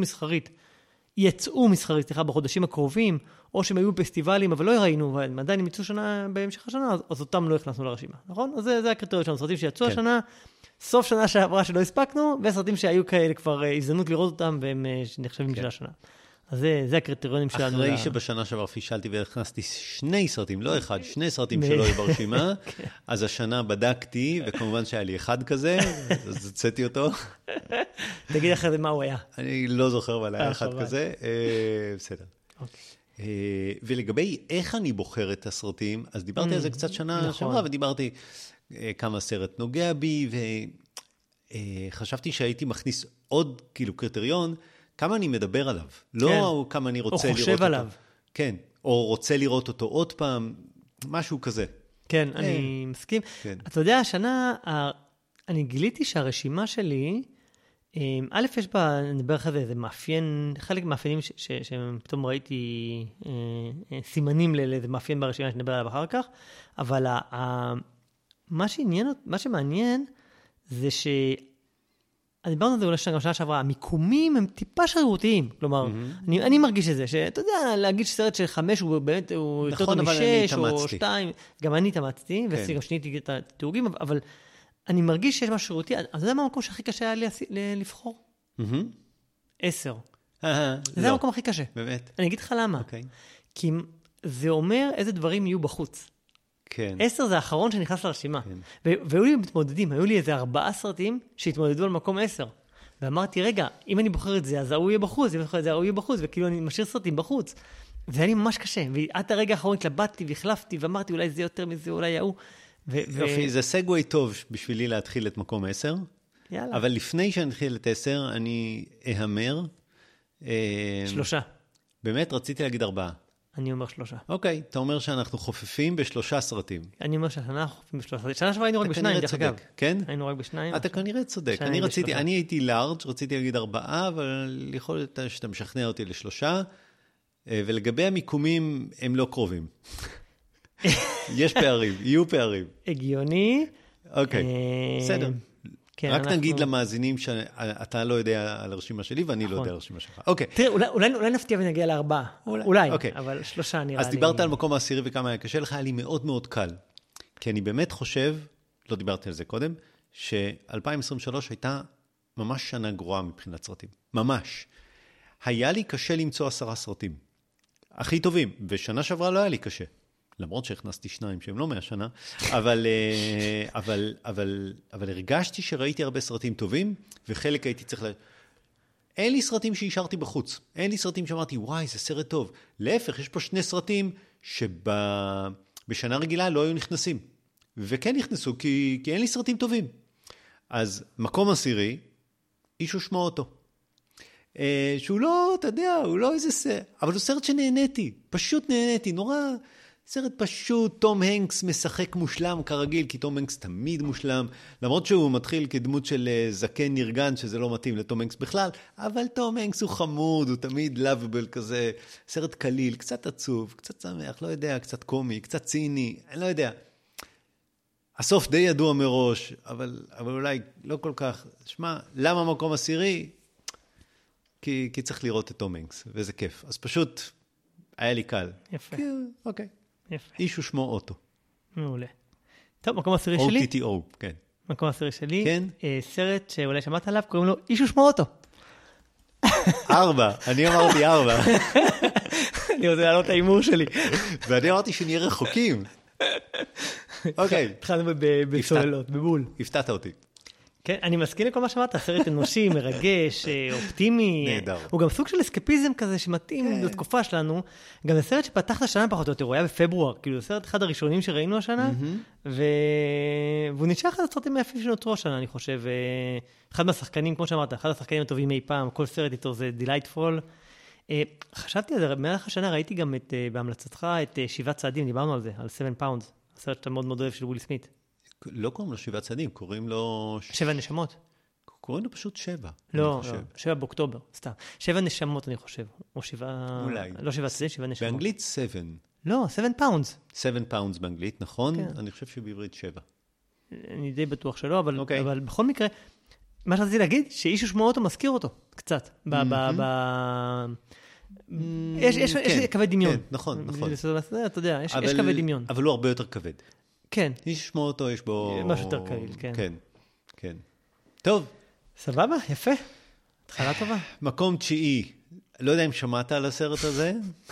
יצאו מסחרית, בחודשים הקרובים, או שהם היו בפסטיבלים, אבל לא ראינו, והם עדיין יצאו שנה בהמשך השנה, אז אותם לא הכנסנו לרשימה, נכון? אז זה הקריטריון שלנו, סרטים שיצאו השנה, סוף שנה שעברה שלא הספקנו, וסרטים שהיו כאלה כבר הזדמנות לראות אותם, והם נחשבים של השנה. אז זה הקריטריונים שלנו. אחרי שבשנה שעבר פישלתי והכנסתי 2 סרטים, לא אחד, 2 סרטים שלא היו ברשימה, אז השנה בדקתי, וכמובן שהיה לי אחד כזה, אז הוצאתי אותו. תגיד אחרי זה מה הוא היה. אני לא זוכר, אבל היה אחד כזה. בסדר. ולגבי איך אני בוחר את הסרטים, אז דיברתי על זה קצת שנה שעברה, ודיברתי כמה סרט נוגע בי, וחשבתי שהייתי מכניס עוד כאילו קריטריון, כמה אני מדבר עליו, לא כמה אני רוצה לראות אותו. או חושב עליו. כן, או רוצה לראות אותו עוד פעם, משהו כזה. כן, אני מסכים. אתה יודע, השנה, אני גיליתי שהרשימה שלי, א', יש בה, נדבר אחרי זה, איזה מאפיין, חלק מאפיינים שפתאום ראיתי סימנים לאיזה מאפיין ברשימה שנדבר עליו אחר כך, אבל מה שמעניין זה דיברנו על זה אולי גם שנה שעברה, המיקומים הם טיפה שרירותיים, כלומר, אני מרגיש את זה, שאתה יודע, להגיד שסרט של 5 הוא באמת, הוא יותר טוב מ6 או 2, גם אני התאמצתי, וגם שניתי את התיאורים, אבל אני מרגיש שיש משהו שרירותי, אז זה המקום שהכי קשה היה לי לבחור. 10. זה המקום הכי קשה. באמת? אני אגיד לך למה. כי זה אומר איזה דברים יהיו בחוץ. 10 זה האחרון שנכנס לרשימה. והיו לי מתמודדים, היו לי איזה 4 סרטים שהתמודדו על מקום 10. ואמרתי, רגע, אם אני בוחר את זה, אז הוא יהיה בחוץ, אם אני בוחר את זה, הוא יהיה בחוץ, וכאילו אני משאיר סרטים בחוץ. וזה היה לי ממש קשה. ועד הרגע האחרון התלבטתי והחלפתי, ואמרתי, אולי זה יותר מזה, אולי הוא. יופי, זה סגווי טוב בשבילי להתחיל את מקום 10. יאללה. אבל לפני שאני אתחיל את 10, אני אהמר. 3. באמת, רציתי להגיד 4. אני אומר 3. אוקיי, אתה אומר שאנחנו חופפים ב3 סרטים. אני אומר שהשנה אנחנו חופפים ב3. שנה שעברה היינו רק ב2, דרך אגב. כן? היינו רק ב2. אתה כנראה צודק. אני הייתי לארג', רציתי להגיד 4, אבל יכול להיות שאתה משכנע אותי ל3, ולגבי המיקומים, הם לא קרובים. יש פערים, יהיו פערים. הגיוני. אוקיי, בסדר. רק נגיד למאזינים שאתה לא יודע על הרשימה שלי, ואני לא יודע על הרשימה שלך. אוקיי. תראה, אולי נפתיע ונגיע ל4. אולי, אבל 3 נראה לי. אז דיברת על מקום העשירי וכמה היה קשה לך, היה לי מאוד מאוד קל. כי אני באמת חושב, לא דיברתי על זה קודם, ש-2023 הייתה ממש שנה גרועה מבחינת סרטים. ממש. היה לי קשה למצוא 10 סרטים. הכי טובים. ושנה שעברה לא היה לי קשה. למרות שהכנסתי 2 שהם לא מהשנה, אבל הרגשתי שראיתי הרבה סרטים טובים, וחלק הייתי צריך אין לי סרטים שהשארתי בחוץ. אין לי סרטים שאמרתי, וואי, זה סרט טוב. להפך, יש פה 2 סרטים שבשנה רגילה לא היו נכנסים. וכן נכנסו, כי אין לי סרטים טובים. אז מקום עשירי, איש ושמו אותו. שהוא לא, אתה יודע, הוא לא איזה סרט, אבל הוא סרט שנהניתי, פשוט נהניתי, נורא... סרט פשוט, תום הנקס משחק מושלם כרגיל, כי תום הנקס תמיד מושלם, למרות שהוא מתחיל כדמות של זקן נרגן, שזה לא מתאים לתום הנקס בכלל, אבל תום הנקס הוא חמוד, הוא תמיד lovable כזה, סרט קליל, קצת עצוב, קצת שמח, לא יודע, קצת קומי, קצת ציני, אני לא יודע. הסוף די ידוע מראש, אבל אולי לא כל כך. שמע, למה מקום עשירי? כי צריך לראות את תום הנקס, וזה כיף. אז פשוט היה לי קל. יפה. אוקיי. יפה. איש ושמו אוטו. מעולה. טוב, מקום עשירי שלי. OTTO, כן. מקום עשירי שלי. כן. סרט שאולי שמעת עליו, קוראים לו איש ושמו אוטו. 4, אני אמרתי 4. אני רוצה להעלות את האימור שלי. ואני אמרתי שנהיה רחוקים. אוקיי. התחלנו בסוללות, בבול. הפתעת אותי. כן, אני מסכים לכל מה שאמרת, סרט אנושי, מרגש, אופטימי. נהדר. הוא גם סוג של אסקפיזם כזה שמתאים לתקופה שלנו. גם זה סרט שפתח את השנה פחות או יותר, הוא היה בפברואר, כאילו זה סרט אחד הראשונים שראינו השנה, והוא נשאר אחד הסרטים היפים שנותרו השנה, אני חושב. אחד מהשחקנים, כמו שאמרת, אחד השחקנים הטובים אי פעם, כל סרט איתו זה דילייטפול. חשבתי על זה, במהלך השנה ראיתי גם בהמלצתך את 7 צעדים, דיברנו על זה, על 7 פאונדס, הסרט שאתה מאוד מאוד אוהב של וויל סמית. לא קוראים לו 7 צעדים, קוראים לו... 7 נשמות. קוראים לו פשוט 7. לא, 7 באוקטובר, סתם. 7 נשמות, אני חושב. או 7... אולי. לא 7 צעדים, 7 נשמות. באנגלית 7. לא, 7 פאונדס. 7 פאונדס באנגלית, נכון? אני חושב שבעברית 7. אני די בטוח שלא, אבל בכל מקרה, מה שרציתי להגיד, שאיש ושמוע אותו מזכיר אותו, קצת. יש קווי דמיון. כן, נכון. אתה יודע, יש קווי דמיון. אבל הוא הרבה יותר כבד. כן. איש ושמוע אותו, יש בו... משהו יותר קליל, כן. כן. טוב. סבבה, יפה. התחלה טובה. מקום 9. לא יודע אם שמעת על הסרט הזה.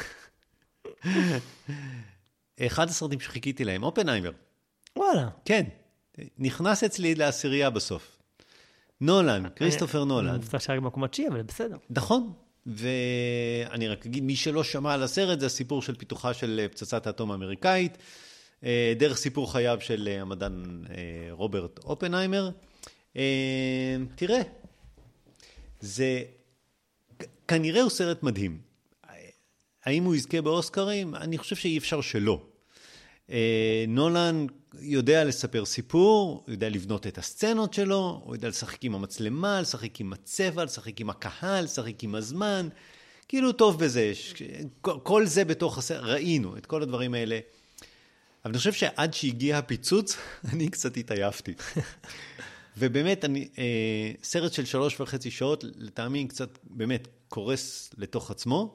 אחד הסרטים שחיכיתי להם, אופנהיימר. וואלה. כן. נכנס אצלי לעשירייה בסוף. נולן, כריסטופר נולן. אני מופתע שהיה במקום 9, אבל בסדר. נכון. ואני רק אגיד, מי שלא שמע על הסרט, זה הסיפור של פיתוחה של פצצת האטום האמריקאית, דרך סיפור חייו של המדען רוברט אופנהיימר. תראה, זה כנראה הוא סרט מדהים. האם הוא יזכה באוסקרים? אני חושב שאי אפשר שלא. נולן יודע לספר סיפור, הוא יודע לבנות את הסצנות שלו, הוא יודע לשחק עם המצלמה, לשחק עם הצבע, לשחק עם הקהל, לשחק עם הזמן. כאילו טוב בזה. כל זה בתוך הסרט, ראינו את כל הדברים האלה. אבל אני חושב שעד שהגיע הפיצוץ, אני קצת התעייפתי. ובאמת, סרט של 3.5 שעות, לטעמי קצת באמת קורס לתוך עצמו.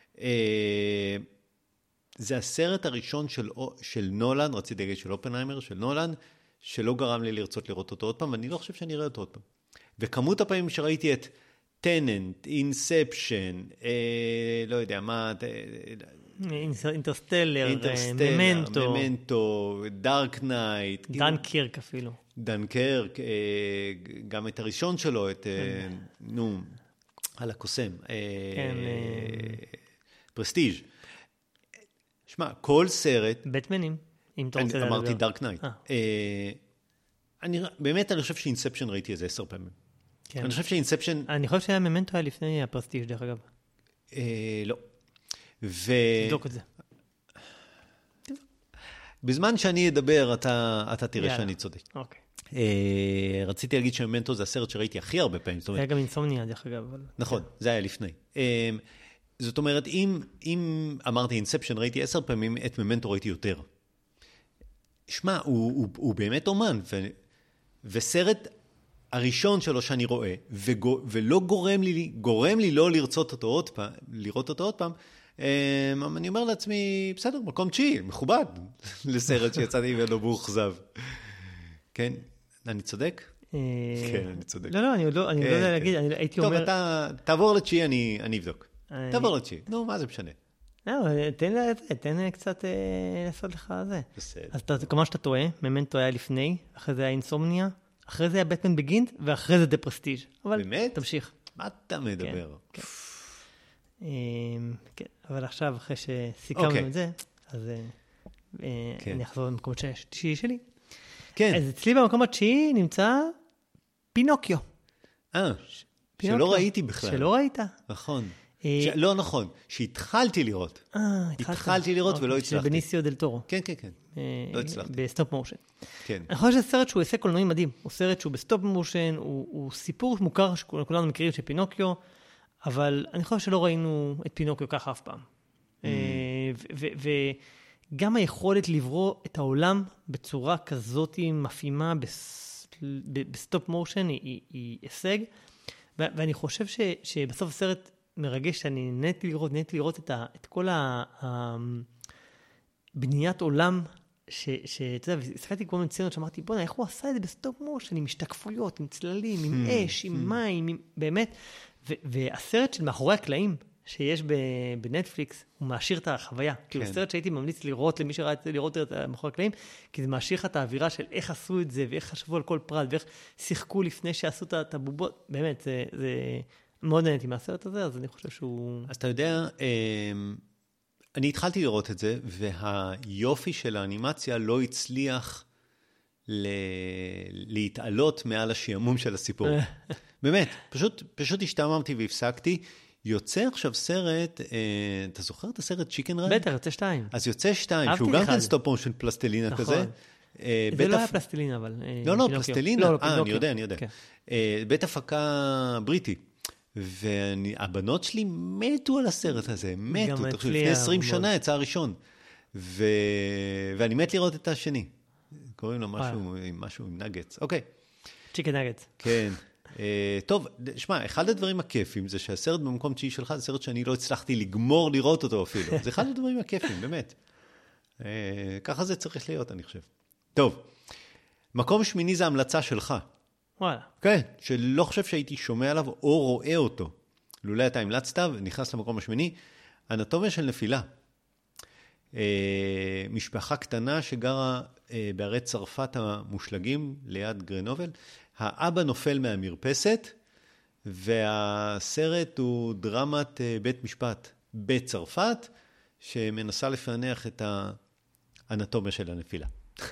זה הסרט הראשון של נולן, רציתי להגיד של אופנהיימר, של נולן, שלא גרם לי לרצות לראות אותו עוד פעם, ואני לא חושב שאני אראה אותו עוד פעם. וכמות הפעמים שראיתי את טננט, אינספשן, לא יודע מה... אינטרסטלר, ממנטו, דארק נייט. דנקירק אפילו. דנקירק, גם את הראשון שלו, את, על הקוסם. פרסטיג'. שמע, כל סרט... בטמנים, אם אתה רוצה לדבר. אמרתי דארק נייט. באמת, אני חושב שאינספשן ראיתי איזה 10 פעמים. אני חושב שאינספשן... אני חושב שהיה ממנטו היה לפני הפרסטיג' דרך אגב. לא. תבדוק את זה. בזמן שאני אדבר, אתה תראה שאני צודק. אוקיי. רציתי להגיד שממנטו זה הסרט שראיתי הכי הרבה פעמים. היה גם אינסומניה, דרך אגב. נכון, זה היה לפני. זאת אומרת, אם אמרתי אינספשן ראיתי 10 פעמים, את ממנטו ראיתי יותר. שמע, הוא באמת אומן, וסרט הראשון שלו שאני רואה, ולא גורם לי לא לראות אותו עוד פעם, אני אומר לעצמי, בסדר, מקום 9, מכובד, לסרט שיצאתי ולא מאוכזב. כן, אני צודק? כן, אני צודק. לא, אני לא יודע להגיד, הייתי אומר... טוב, תעבור ל9, אני אבדוק. תעבור ל9, נו, מה זה משנה? תן קצת לעשות לך זה. בסדר. אז כמו שאתה טועה, ממנטו היה לפני, אחרי זה היה אינסומניה, אחרי זה היה בטמן בגינט, ואחרי זה דה פרסטיג'. אבל תמשיך. מה אתה מדבר? כן, אבל עכשיו, אחרי שסיכמנו את זה, אז אני אחזור למקום התשיעי שלי. כן. אז אצלי במקום התשיעי נמצא פינוקיו. שלא ראיתי בכלל. שלא ראית. נכון. לא נכון, שהתחלתי לראות. התחלתי לראות ולא הצלחתי. בניסיו דל טורו. כן. לא הצלחתי. בסטופ מושן. כן. אני חושב שזה סרט שהוא עושה קולנועי מדהים. הוא סרט שהוא בסטופ מושן, הוא סיפור מוכר שכולנו מכירים של פינוקיו, אבל אני חושב שלא ראינו את פינוקיו ככה אף פעם. וגם היכולת לברוא את העולם בצורה כזאת מפעימה בסטופ מושן היא הישג, ואני חושב שבסוף הסרט מרגש שאני נהניתי לראות את כל בניית עולם, שאתה יודע, הסתכלתי כל מיני סצנות שאמרתי, בוא'נה, איך הוא עשה את זה בסטופ מושן, עם השתקפויות, עם צללים, עם אש, עם מים, באמת. והסרט של מאחורי הקלעים, שיש בנטפליקס, הוא מעשיר את החוויה. כאילו, סרט שהייתי ממליץ לראות, למי שראה לראות את מאחורי הקלעים, כי זה מעשיר לך את האווירה של איך עשו את זה, ואיך חשבו על כל פרט, ואיך שיחקו לפני שעשו את הבובות. באמת, זה מאוד נהניתי מהסרט הזה, אז אני חושב שהוא... אז אתה יודע, אני התחלתי לראות את זה, והיופי של האנימציה לא הצליח להתעלות מעל השיעמום של הסיפור. באמת, פשוט השתעממתי והפסקתי. יוצא עכשיו סרט, אתה זוכר את הסרט צ'יקן רן? בטח, יוצא 2. אז יוצא 2, שהוא גם כן סטופ מושן פלסטלינה כזה. זה לא היה פלסטלינה, אבל... לא, פלסטלינה. אני יודע. בית הפקה בריטי. והבנות שלי מתו על הסרט הזה, מתו. לפני 20 שנה יצא הראשון. ואני מת לראות את השני. קוראים לו משהו עם נגץ. אוקיי. צ'יקן נגץ. כן. טוב, שמע, אחד הדברים הכיפים זה שהסרט במקום תשיעי שלך, זה סרט שאני לא הצלחתי לגמור לראות אותו אפילו. זה אחד הדברים הכיפים, באמת. ככה זה צריך להיות, אני חושב. טוב, מקום שמיני זה המלצה שלך. וואלה. כן, שלא חושב שהייתי שומע עליו או רואה אותו. לולא אתה המלצת ונכנס למקום השמיני, אנטומיה של נפילה. משפחה קטנה שגרה בערי צרפת המושלגים ליד גרנובל. האבא נופל מהמרפסת, והסרט הוא דרמת בית משפט בצרפת, שמנסה לפענח את האנטומיה של הנפילה.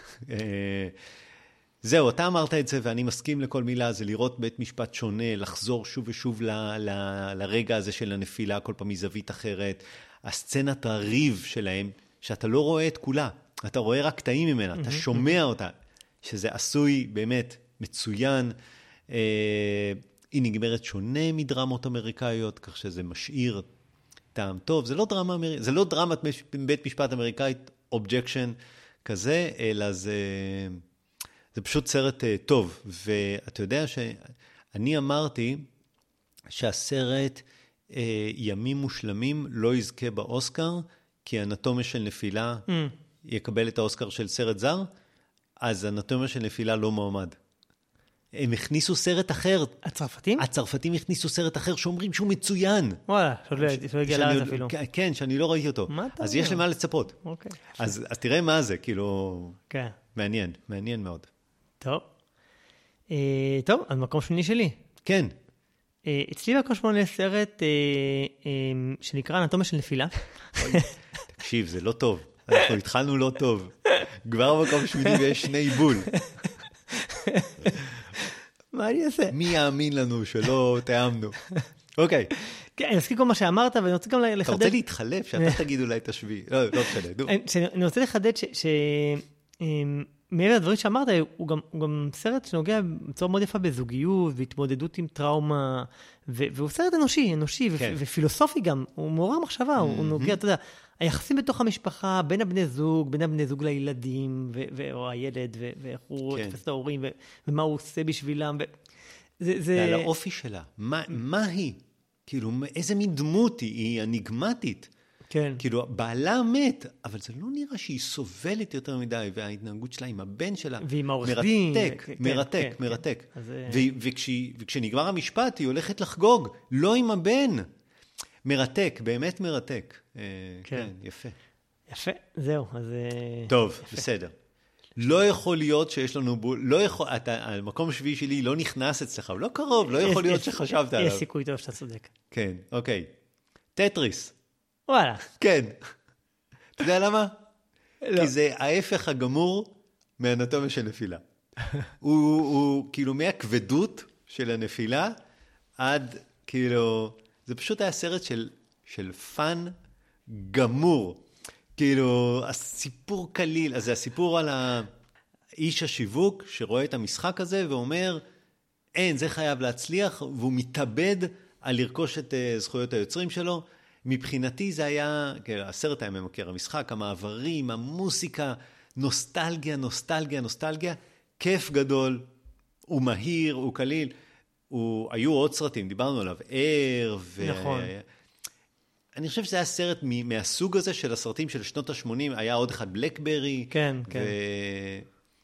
זהו, אתה אמרת את זה, ואני מסכים לכל מילה, זה לראות בית משפט שונה, לחזור שוב ושוב לרגע הזה של הנפילה, כל פעם מזווית אחרת. הסצנת הריב שלהם, שאתה לא רואה את כולה, אתה רואה רק קטעים ממנה, אתה שומע אותה, שזה עשוי באמת מצוין. היא נגמרת שונה מדרמות אמריקאיות, כך שזה משאיר טעם טוב. זה לא דרמת בית משפט אמריקאית, אובג'קשן כזה, אלא זה פשוט סרט טוב. ואתה יודע שאני אמרתי שהסרט ימים מושלמים לא יזכה באוסקר, כי אנטומיה של נפילה יקבל את האוסקר של סרט זר, אז אנטומיה של נפילה לא מועמד. הם הכניסו סרט אחר. הצרפתים? הצרפתים הכניסו סרט אחר שאומרים שהוא מצוין. וואלה, שלא הגיע לארץ אפילו. כן, שאני לא ראיתי אותו. מה אתה אומר? אז יש למה לצפות. אוקיי. אז תראה מה זה, כאילו... כן. מעניין מאוד. טוב. טוב, אז מקום שני שלי. כן. אצלי מקום שמונה סרט שנקרא אנטומיה של נפילה. תקשיב, זה לא טוב. אנחנו התחלנו לא טוב. כבר מקום שמיני ויש שני בול. מה אני אעשה? מי יאמין לנו שלא תאמנו? אוקיי. כן, אני אזכיר כל מה שאמרת, ואני רוצה גם לחדד... אתה רוצה להתחלף? שאתה תגיד אולי תשבי. לא משנה. אני רוצה לחדד מעבר לדברים שאמרת, הוא גם סרט שנוגע בצורה מאוד יפה בזוגיות, והתמודדות עם טראומה, והוא סרט אנושי ופילוסופי גם, הוא מעורר מחשבה, הוא נוגע, אתה יודע, היחסים בתוך המשפחה, בין הבני זוג לילדים, או הילד, ואיך הוא תופס את ההורים, ומה הוא עושה בשבילם. ועל האופי שלה, מה היא? כאילו, איזה מין דמות היא אניגמטית. כן. כאילו, בעלה מת, אבל זה לא נראה שהיא סובלת יותר מדי, וההתנהגות שלה עם הבן שלה, ועם העורך דין. מרתק. וכשנגמר המשפט, היא הולכת לחגוג, לא עם הבן. מרתק, באמת מרתק. כן, יפה. יפה, זהו. טוב, בסדר. לא יכול להיות שיש לנו בול, המקום השביעי שלי לא נכנס אצלך, הוא לא קרוב, לא יכול להיות שחשבת עליו. יש סיכוי טוב שאתה צודק. כן, אוקיי. טטריס. וואלה. כן. אתה יודע למה? לא. כי זה ההפך הגמור מאנטומיה של נפילה. הוא כאילו מהכבדות של הנפילה עד כאילו, זה פשוט היה סרט של פן גמור. כאילו, הסיפור קליל, אז זה הסיפור על האיש השיווק שרואה את המשחק הזה ואומר, אין, זה חייב להצליח, והוא מתאבד על לרכוש את זכויות היוצרים שלו. מבחינתי זה היה, הסרט היה ממכר, המשחק, המעברים, המוסיקה, נוסטלגיה, כיף גדול, הוא מהיר, הוא קליל, היו עוד סרטים, דיברנו עליו, נכון. אני חושב שזה היה סרט מהסוג הזה של הסרטים של שנות ה-80, היה עוד אחד בלקברי. כן.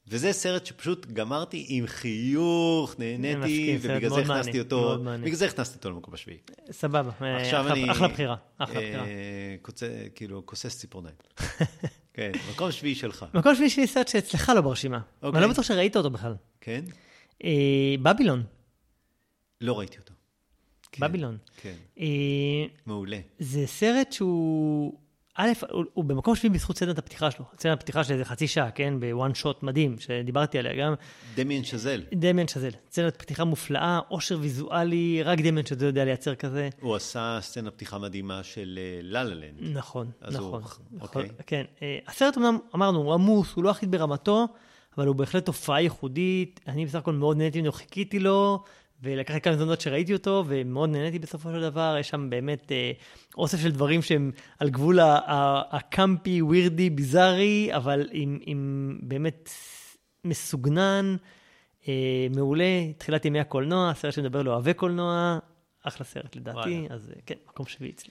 וזה סרט שפשוט גמרתי עם חיוך, נהניתי, ובגלל זה הכנסתי אותו, בגלל זה הכנסתי אותו למקום השביעי. סבבה, אחלה בחירה. כאילו, כוסס ציפורניים. כן, מקום שביעי שלך. מקום שביעי שלי סרט שאצלך לא ברשימה. אני לא בטוח שראית אותו בכלל. כן? בבילון. לא ראיתי אותו. בבילון. כן. מעולה. זה סרט שהוא... א', הוא במקום שביעי בזכות סצנת הפתיחה שלו. סצנת הפתיחה של איזה חצי שעה, כן? בוואן שוט מדהים, שדיברתי עליה גם. דמיאן שזל. דמיאן שזל. סצנת פתיחה מופלאה, עושר ויזואלי, רק דמיאן שזל יודע לייצר כזה. הוא עשה סצנת פתיחה מדהימה של ללה-לנד. נכון, נכון. אוקיי. כן. הסרט אמנם, אמרנו, הוא עמוס, הוא לא אחיד ברמתו, אבל הוא בהחלט תופעה ייחודית. אני בסך הכל מאוד נהניתי ממנו, חיכיתי לו, ולקחתי כמה זמנות שראיתי אותו, ומאוד נהניתי בסופו של דבר. יש שם באמת אוסף של דברים שהם על גבול הקמפי, ווירדי, ביזארי, אבל עם באמת מסוגנן, מעולה. תחילת ימי הקולנוע, סרט שמדבר לו אוהבי קולנוע, אחלה סרט לדעתי, אז כן, מקום שביעי אצלי.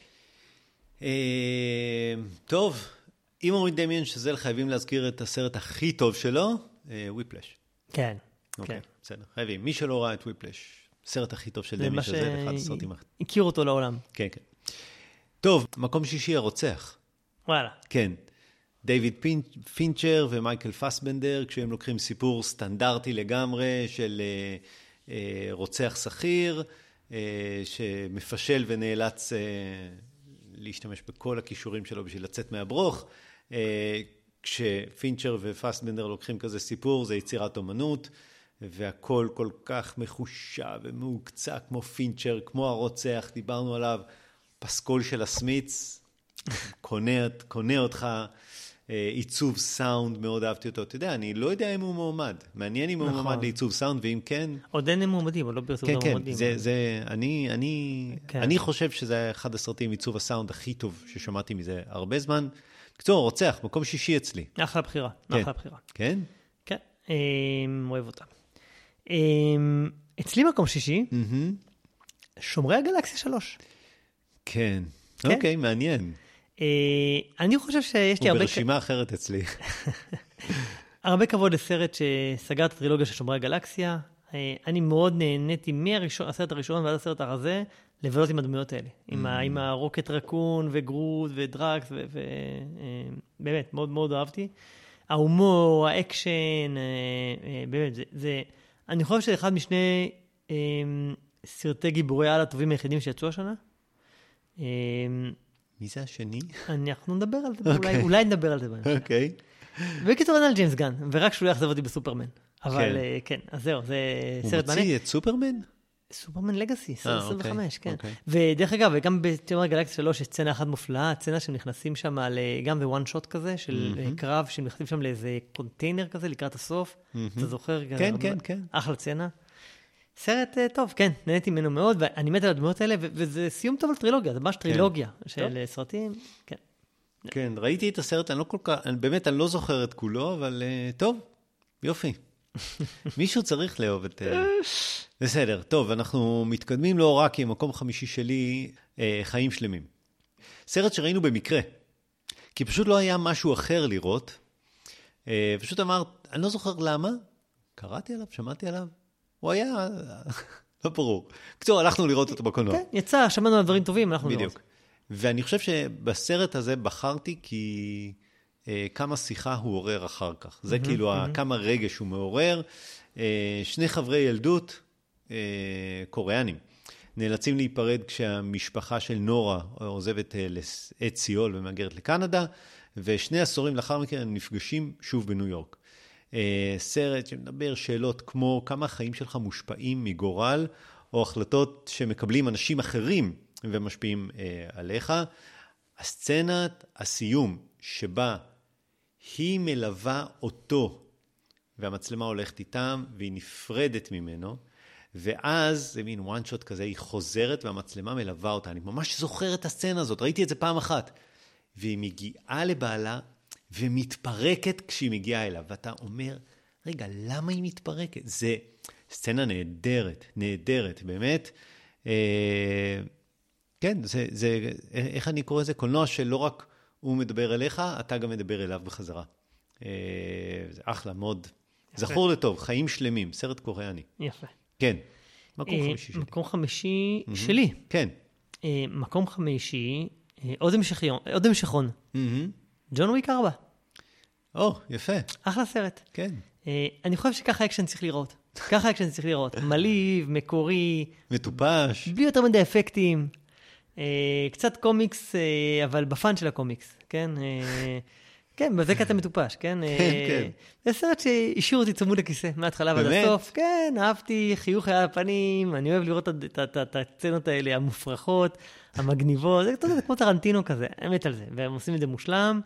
טוב, אם אומרים דמיאן שזל, חייבים להזכיר את הסרט הכי טוב שלו, וויפלש. כן. אוקיי, בסדר. חייבים. מי שלא ראה את וויפלש, הסרט הכי טוב של דמיאן שזל, אחד הסרטים הכי. הכיר אותו לעולם. כן, כן. טוב, מקום שישי, הרוצח. וואלה. כן. דיוויד פינצ'ר ומייקל פסבנדר, כשהם לוקחים סיפור סטנדרטי לגמרי של רוצח שכיר, שמפשל ונאלץ להשתמש בכל הכישורים שלו בשביל לצאת מהברוך. כשפינצ'ר ופסבנדר לוקחים כזה סיפור, זה יצירת אומנות, והכל כל כך מחושב ומהוקצע, כמו פינצ'ר, כמו הרוצח, דיברנו עליו, פסקול של הסמיץ, קונה אותך, עיצוב סאונד, מאוד אהבתי אותו. אתה יודע, אני לא יודע אם הוא מועמד. מעניין אם הוא מועמד לעיצוב סאונד, ואם כן... עוד אין מועמדים, עוד לא פרסום מועמדים. כן, כן, אני חושב שזה אחד הסרטים עיצוב הסאונד הכי טוב ששמעתי מזה הרבה זמן. קצור, רוצח, מקום שישי אצלי. אחלה בחירה, אחלה בחירה. כן? כן, אוהב אותה. אצלי מקום שישי, שומרי הגלקסיה 3. כן, אוקיי, מעניין. אני חושב שיש לי הרבה... הוא ברשימה אחרת אצלי. הרבה כבוד לסרט שסגר את הטרילוגיה של שומרי הגלקסיה. אני מאוד נהניתי מהסרט הראשון ועד הסרט הרזה, לבלות עם הדמויות האלה. עם הרוקט רקון וגרוט ודרקס, באמת, מאוד מאוד אהבתי. ההומור, האקשן, באמת, אני חושב שזה אחד משני סרטי גיבורי על הטובים היחידים שיצאו השנה. מי זה השני? אנחנו נדבר על זה, אולי נדבר על זה בהמשך. אוקיי. בקיצור, על ג'יימס גן, ורק שהוא יחזב אותי בסופרמן. אבל כן, אז זהו, זה סרט מעניין. הוא מוציא את סופרמן? סופרמן לגאסי, 25, כן. ודרך אגב, וגם בשומרי הגלקסיה 3 יש סצנה אחת מופלאה, סצנה שהם נכנסים שם גם בוואן שוט כזה, של קרב, שהם נכנסים שם לאיזה קונטיינר כזה לקראת הסוף. אתה זוכר? כן, כן, כן. אחלה סצנה. סרט טוב, כן, נהניתי ממנו מאוד, ואני מת על הדמויות האלה, וזה סיום טוב על טרילוגיה, זה ממש טרילוגיה של סרטים, כן. כן, ראיתי את הסרט, אני לא כל כך, באמת, אני לא זוכר את כולו, אבל טוב, יופי. מישהו צריך לאהוב את... בסדר, טוב, אנחנו מתקדמים לא רק עם מקום חמישי שלי, חיים שלמים. סרט שראינו במקרה, כי פשוט לא היה משהו אחר לראות, פשוט אמרת, אני לא זוכר למה, קראתי עליו, שמעתי עליו, הוא היה, לא ברור. קצור, הלכנו לראות אותו בקולנוע. כן, יצא, שמענו על דברים טובים, אנחנו לראות. בדיוק. ואני חושב שבסרט הזה בחרתי כי כמה שיחה הוא עורר אחר כך. זה כאילו כמה רגש הוא מעורר. שני חברי ילדות קוריאנים נאלצים להיפרד כשהמשפחה של נורה עוזבת את סיול ומהגרת לקנדה, ושני עשורים לאחר מכן הם נפגשים שוב בניו יורק. סרט שמדבר שאלות כמו כמה החיים שלך מושפעים מגורל, או החלטות שמקבלים אנשים אחרים ומשפיעים עליך. הסצנת הסיום שבה היא מלווה אותו, והמצלמה הולכת איתם, והיא נפרדת ממנו, ואז זה מין one shot כזה, היא חוזרת והמצלמה מלווה אותה. אני ממש זוכר את הסצנה הזאת, ראיתי את זה פעם אחת. והיא מגיעה לבעלה, ומתפרקת כשהיא מגיעה אליו. ואתה אומר, רגע, למה היא מתפרקת? זה סצנה נהדרת, נהדרת, באמת. כן, זה, איך אני קורא לזה? קולנוע שלא רק הוא מדבר אליך, אתה גם מדבר אליו בחזרה. זה אחלה, מאוד, זכור לטוב, חיים שלמים, סרט קוריאני. יפה. כן. מקום חמישי שלי. מקום חמישי שלי. כן. מקום חמישי, עוד המשכון. ג'ון וויק 4. יפה. אחלה סרט. כן. אני חושב שככה אקשן צריך לראות. ככה אקשן צריך לראות. מליב, מקורי. מטופש. בלי יותר מדי אפקטים. קצת קומיקס, אבל בפן של הקומיקס. כן? כן, בזה קטע מטופש, כן? כן. זה סרט שהשאיר אותי צמוד לכיסא, מההתחלה ועד הסוף. כן, אהבתי, חיוך היה על הפנים, אני אוהב לראות את הצנות האלה, המופרכות, המגניבות, זה כמו טרנטינו כזה, אמת על זה, והם עושים את זה מושלם.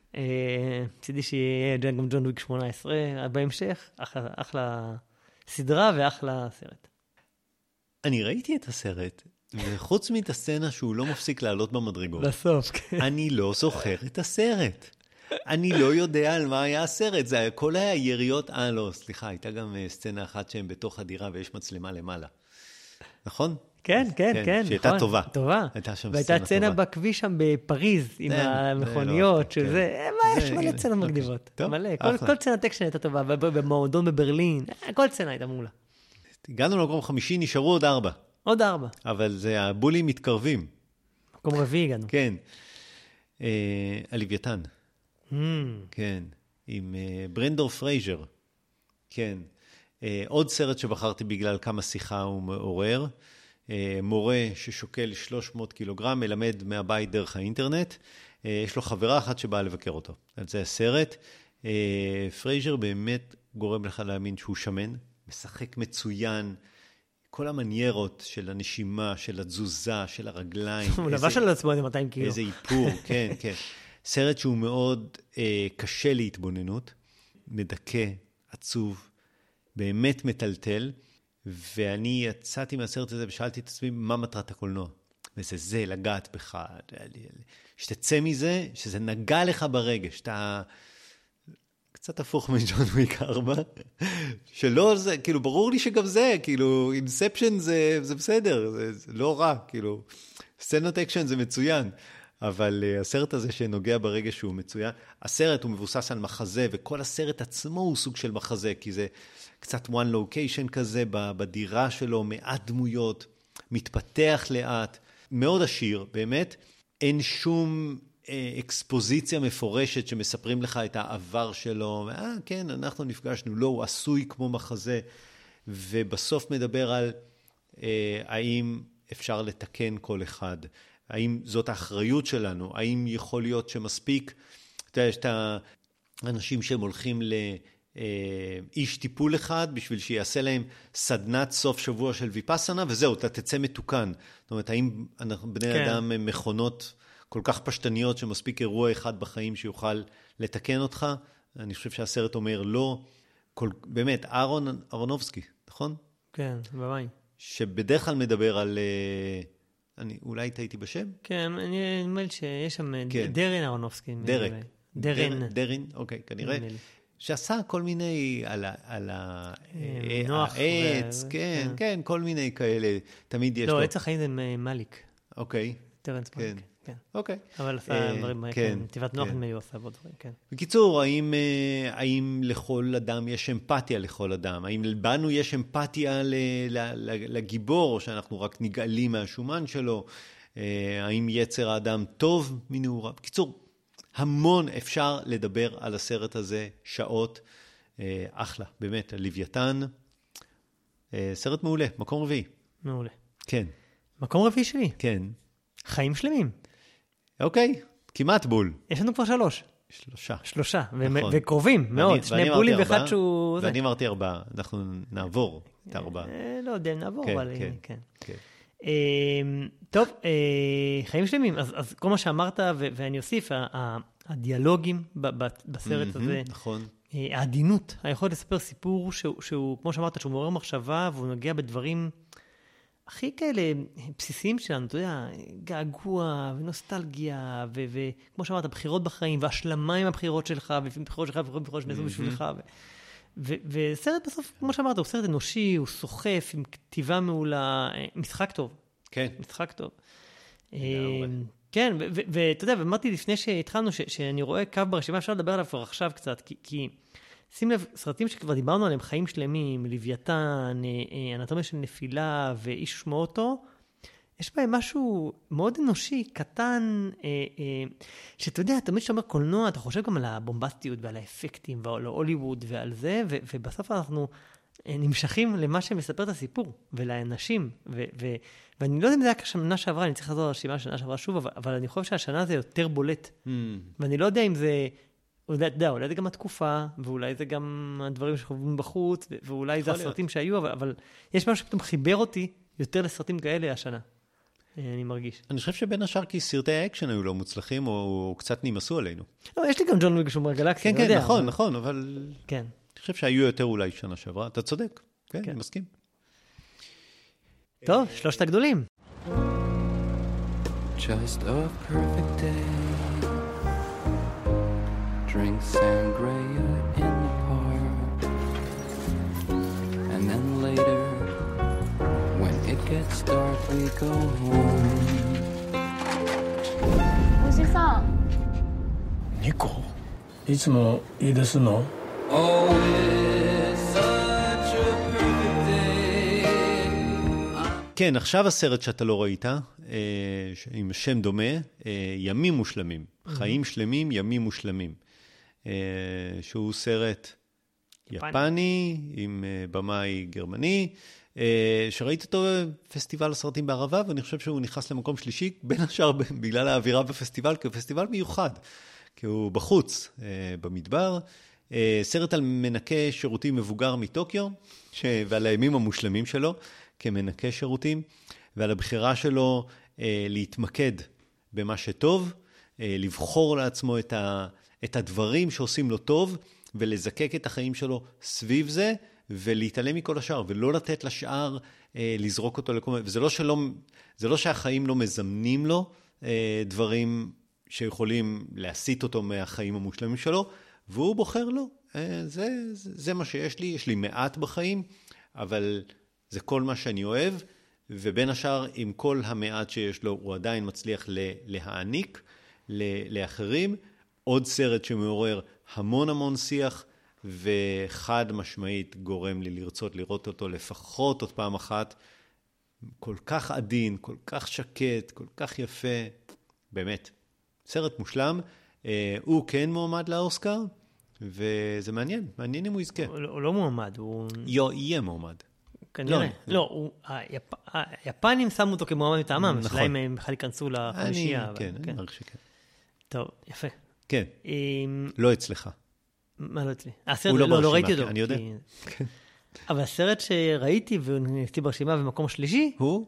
צידי שיהיה גם ג'ון וויק 18 בהמשך, אחלה סדרה ואחלה סרט. אני ראיתי את הסרט, וחוץ מאת הסצנה שהוא לא מפסיק לעלות במדרגות. בסוף, כן. אני לא זוכר את הסרט. אני לא יודע על מה היה הסרט. זה היה, כל היריות, לא, סליחה, הייתה גם סצנה אחת שהם בתוך הדירה ויש מצלמה למעלה. נכון? כן. שהייתה טובה. טובה. והייתה סצנה בכביש שם בפריז, עם המכוניות, שזה, יש מלא סצנות מגניבות. מלא. כל סצנת אקשן הייתה טובה, במועדון בברלין, כל סצנה הייתה מעולה. הגענו למקום חמישי, נשארו עוד 4. עוד 4. אבל זה הבולים מתקרבים. מקום רביעי הגענו. כן. הלוויתן. כן. עם ברנדון פרייזר. כן. עוד סרט שבחרתי בגלל כמה שיחה הוא מעורר. מורה ששוקל 300 קילוגרם, מלמד מהבית דרך האינטרנט. יש לו חברה אחת שבאה לבקר אותו. על זה הסרט. פרייזר באמת גורם לך להאמין שהוא שמן. משחק מצוין. כל המניירות של הנשימה, של התזוזה, של הרגליים. הוא לבש על עצמו 200 קילו. איזה איפור, כן. סרט שהוא מאוד קשה להתבוננות, מדכא, עצוב, באמת מטלטל, ואני יצאתי מהסרט הזה ושאלתי את עצמי מה מטרת הקולנוע. וזה לגעת בך, שתצא מזה, שזה נגע לך ברגש, שאתה קצת הפוך מג'ון וויק 4, שלא זה, כאילו ברור לי שגם זה, כאילו אינספשן זה בסדר, זה לא רע, כאילו סצנות אקשן זה מצוין, אבל הסרט הזה שנוגע ברגע שהוא מצוין, הסרט הוא מבוסס על מחזה, וכל הסרט עצמו הוא סוג של מחזה, כי זה קצת one location כזה בדירה שלו, מעט דמויות, מתפתח לאט, מאוד עשיר, באמת, אין שום אקספוזיציה מפורשת שמספרים לך את העבר שלו, כן, אנחנו נפגשנו, לא, הוא עשוי כמו מחזה, ובסוף מדבר על האם אפשר לתקן כל אחד, האם זאת האחריות שלנו, האם יכול להיות שמספיק, אתה יודע, יש את האנשים שהם הולכים לאיש טיפול אחד, בשביל שיעשה להם סדנת סוף שבוע של ויפאסנה, וזהו, אתה תצא מתוקן. זאת אומרת, האם בני אדם הם מכונות כל כך פשטניות, שמספיק אירוע אחד בחיים שיוכל לתקן אותך? אני חושב שהסרט אומר לא, באמת, אהרונובסקי, נכון? כן, במים. שבדרך כלל מדבר על אולי טעיתי בשם? כן, אני אומר שיש שם דרן אהרונובסקי. דרן, אוקיי, כנראה. שעשה כל מיני על העץ, כן, כל מיני כאלה. תמיד יש לו. לא, עץ החיים זה מליק. אוקיי. טרנס מליק. כן. אוקיי. אבל עשה דברים, נתיבת נוח נדמה לי עושה בו דברים, כן. בקיצור, האם לכל אדם יש אמפתיה לכל אדם? האם בנו יש אמפתיה לגיבור, או שאנחנו רק נגאלים מהשומן שלו? האם יצר האדם טוב מנעוריו? בקיצור, המון אפשר לדבר על הסרט הזה, שעות, אחלה, באמת, הלוויתן. סרט מעולה, מקום רביעי. מעולה. כן. מקום רביעי שלי. כן. חיים שלמים. אוקיי, כמעט בול. יש לנו כבר 3. 3. נכון. וקרובים מאוד. 2 בולים ואחד שהוא... ואני אמרתי 4, אנחנו נעבור את 4. לא יודע, נעבור, אבל כן. טוב, חיים שלמים. אז כל מה שאמרת, ואני אוסיף, הדיאלוגים בסרט הזה, נכון. העדינות, היכולת לספר סיפור שהוא, כמו שאמרת, שהוא מעורר מחשבה, והוא נוגע בדברים הכי כאלה בסיסיים שלנו, אתה יודע, געגוע ונוסטלגיה, וכמו שאמרת, בחירות בחיים, והשלמה עם הבחירות שלך, ולפעמים בחירות שלך, ובחירות שנעשו בשבילך, וסרט בסוף, כמו שאמרת, הוא סרט אנושי, הוא סוחף, עם כתיבה מעולה, משחק טוב. כן. משחק טוב. כן, ואתה יודע, ואמרתי לפני שהתחלנו, שאני רואה קו ברשימה, אפשר לדבר עליו כבר עכשיו קצת, כי שים לב, סרטים שכבר דיברנו עליהם, חיים שלמים, לוויתן, אנטומיה של נפילה ואיש שמו אותו, יש בהם משהו מאוד אנושי, קטן, שאתה יודע, תמיד שאתה אומר קולנוע, אתה חושב גם על הבומבסטיות ועל האפקטים ועל הוליווד ועל זה, ובסוף אנחנו נמשכים למה שמספר את הסיפור, ולאנשים, ואני לא יודע אם זה היה כשנה שעברה, אני צריך לחזור לרשימה השנה שעברה שוב, אבל אני חושב שהשנה זה יותר בולט. ואני לא יודע אם זה, אולי זה גם התקופה, ואולי זה גם הדברים שחווים בחוץ, ואולי זה הסרטים שהיו, אבל יש משהו שפתאום חיבר אותי יותר לסרטים כאלה השנה. אני מרגיש. אני חושב שבין השאר כי סרטי האקשן היו לא מוצלחים, או קצת נמאסו עלינו. לא, יש לי גם ג'ון וויק שומר גלקסיה. כן, נכון, אבל... כן. אני חושב שהיו יותר אולי שנה שעברה. אתה צודק. כן, אני מסכים. טוב, שלושת הגדולים. Just a perfect day. Drink sangria in the park. And then later, when it gets dark, we go home. Yoshi-san. Nico, いつもいいですの? Oh, it's such a perfect day. כן, עכשיו הסרט שאתה לא ראית, עם שם דומה, ימים מושלמים. חיים שלמים, ימים מושלמים. שהוא סרט יפני, עם במאי גרמני, שראיתי אותו בפסטיבל הסרטים בערבה, ואני חושב שהוא נכנס למקום שלישי, בין השאר בגלל האווירה בפסטיבל, כפסטיבל מיוחד, כי הוא בחוץ, במדבר. סרט על מנקה שירותים מבוגר מטוקיו, ועל הימים המושלמים שלו, כמנקה שירותים, ועל הבחירה שלו להתמקד במה שטוב, לבחור לעצמו את הדברים שעושים לו טוב, ולזקק את החיים שלו סביב זה, ולהתעלם מכל השאר, ולא לתת לשאר לזרוק אותו לכל מיני, וזה לא שהחיים לא מזמנים לו דברים שיכולים להסיט אותו מהחיים המושלמים שלו, והוא בוחר לו. זה מה שיש לי, יש לי מעט בחיים, אבל זה כל מה שאני אוהב, ובין השאר עם כל המעט שיש לו, הוא עדיין מצליח להעניק לאחרים. עוד סרט שמעורר המון שיח, וחד משמעית גורם לי לרצות לראות אותו לפחות עוד פעם אחת. כל כך עדין, כל כך שקט, כל כך יפה. באמת, סרט מושלם. הוא כן מועמד לאוסקר, וזה מעניין. מעניין אם הוא יזכה. הוא לא מועמד, הוא... יהיה מועמד. כנראה. לא, היפנים שמו אותו כמועמד מטעמם, השאלה אם הם בכלל ייכנסו לחמישייה. כן, אני מעריך שכן. טוב, יפה. כן, לא אצלך. מה לא אצלי? הסרט, לא ראיתי אותו. אני יודע. אבל הסרט שראיתי ונכנסתי ברשימה במקום שלישי, הוא?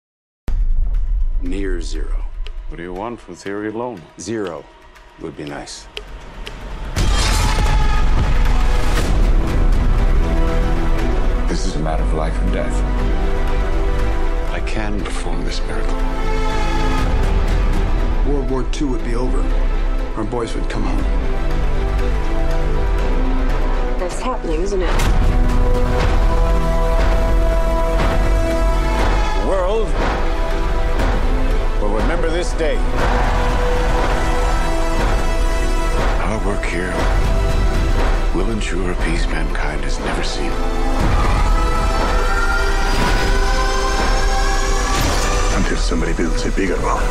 Near zero. What do you want from theory alone? Zero would be nice. This is a matter of life and death. I can perform this miracle. World War II would be over. Our boys would come home. That's happening, isn't it? The world will remember this day. Our work here will ensure a peace mankind has never seen. Until somebody builds a bigger one.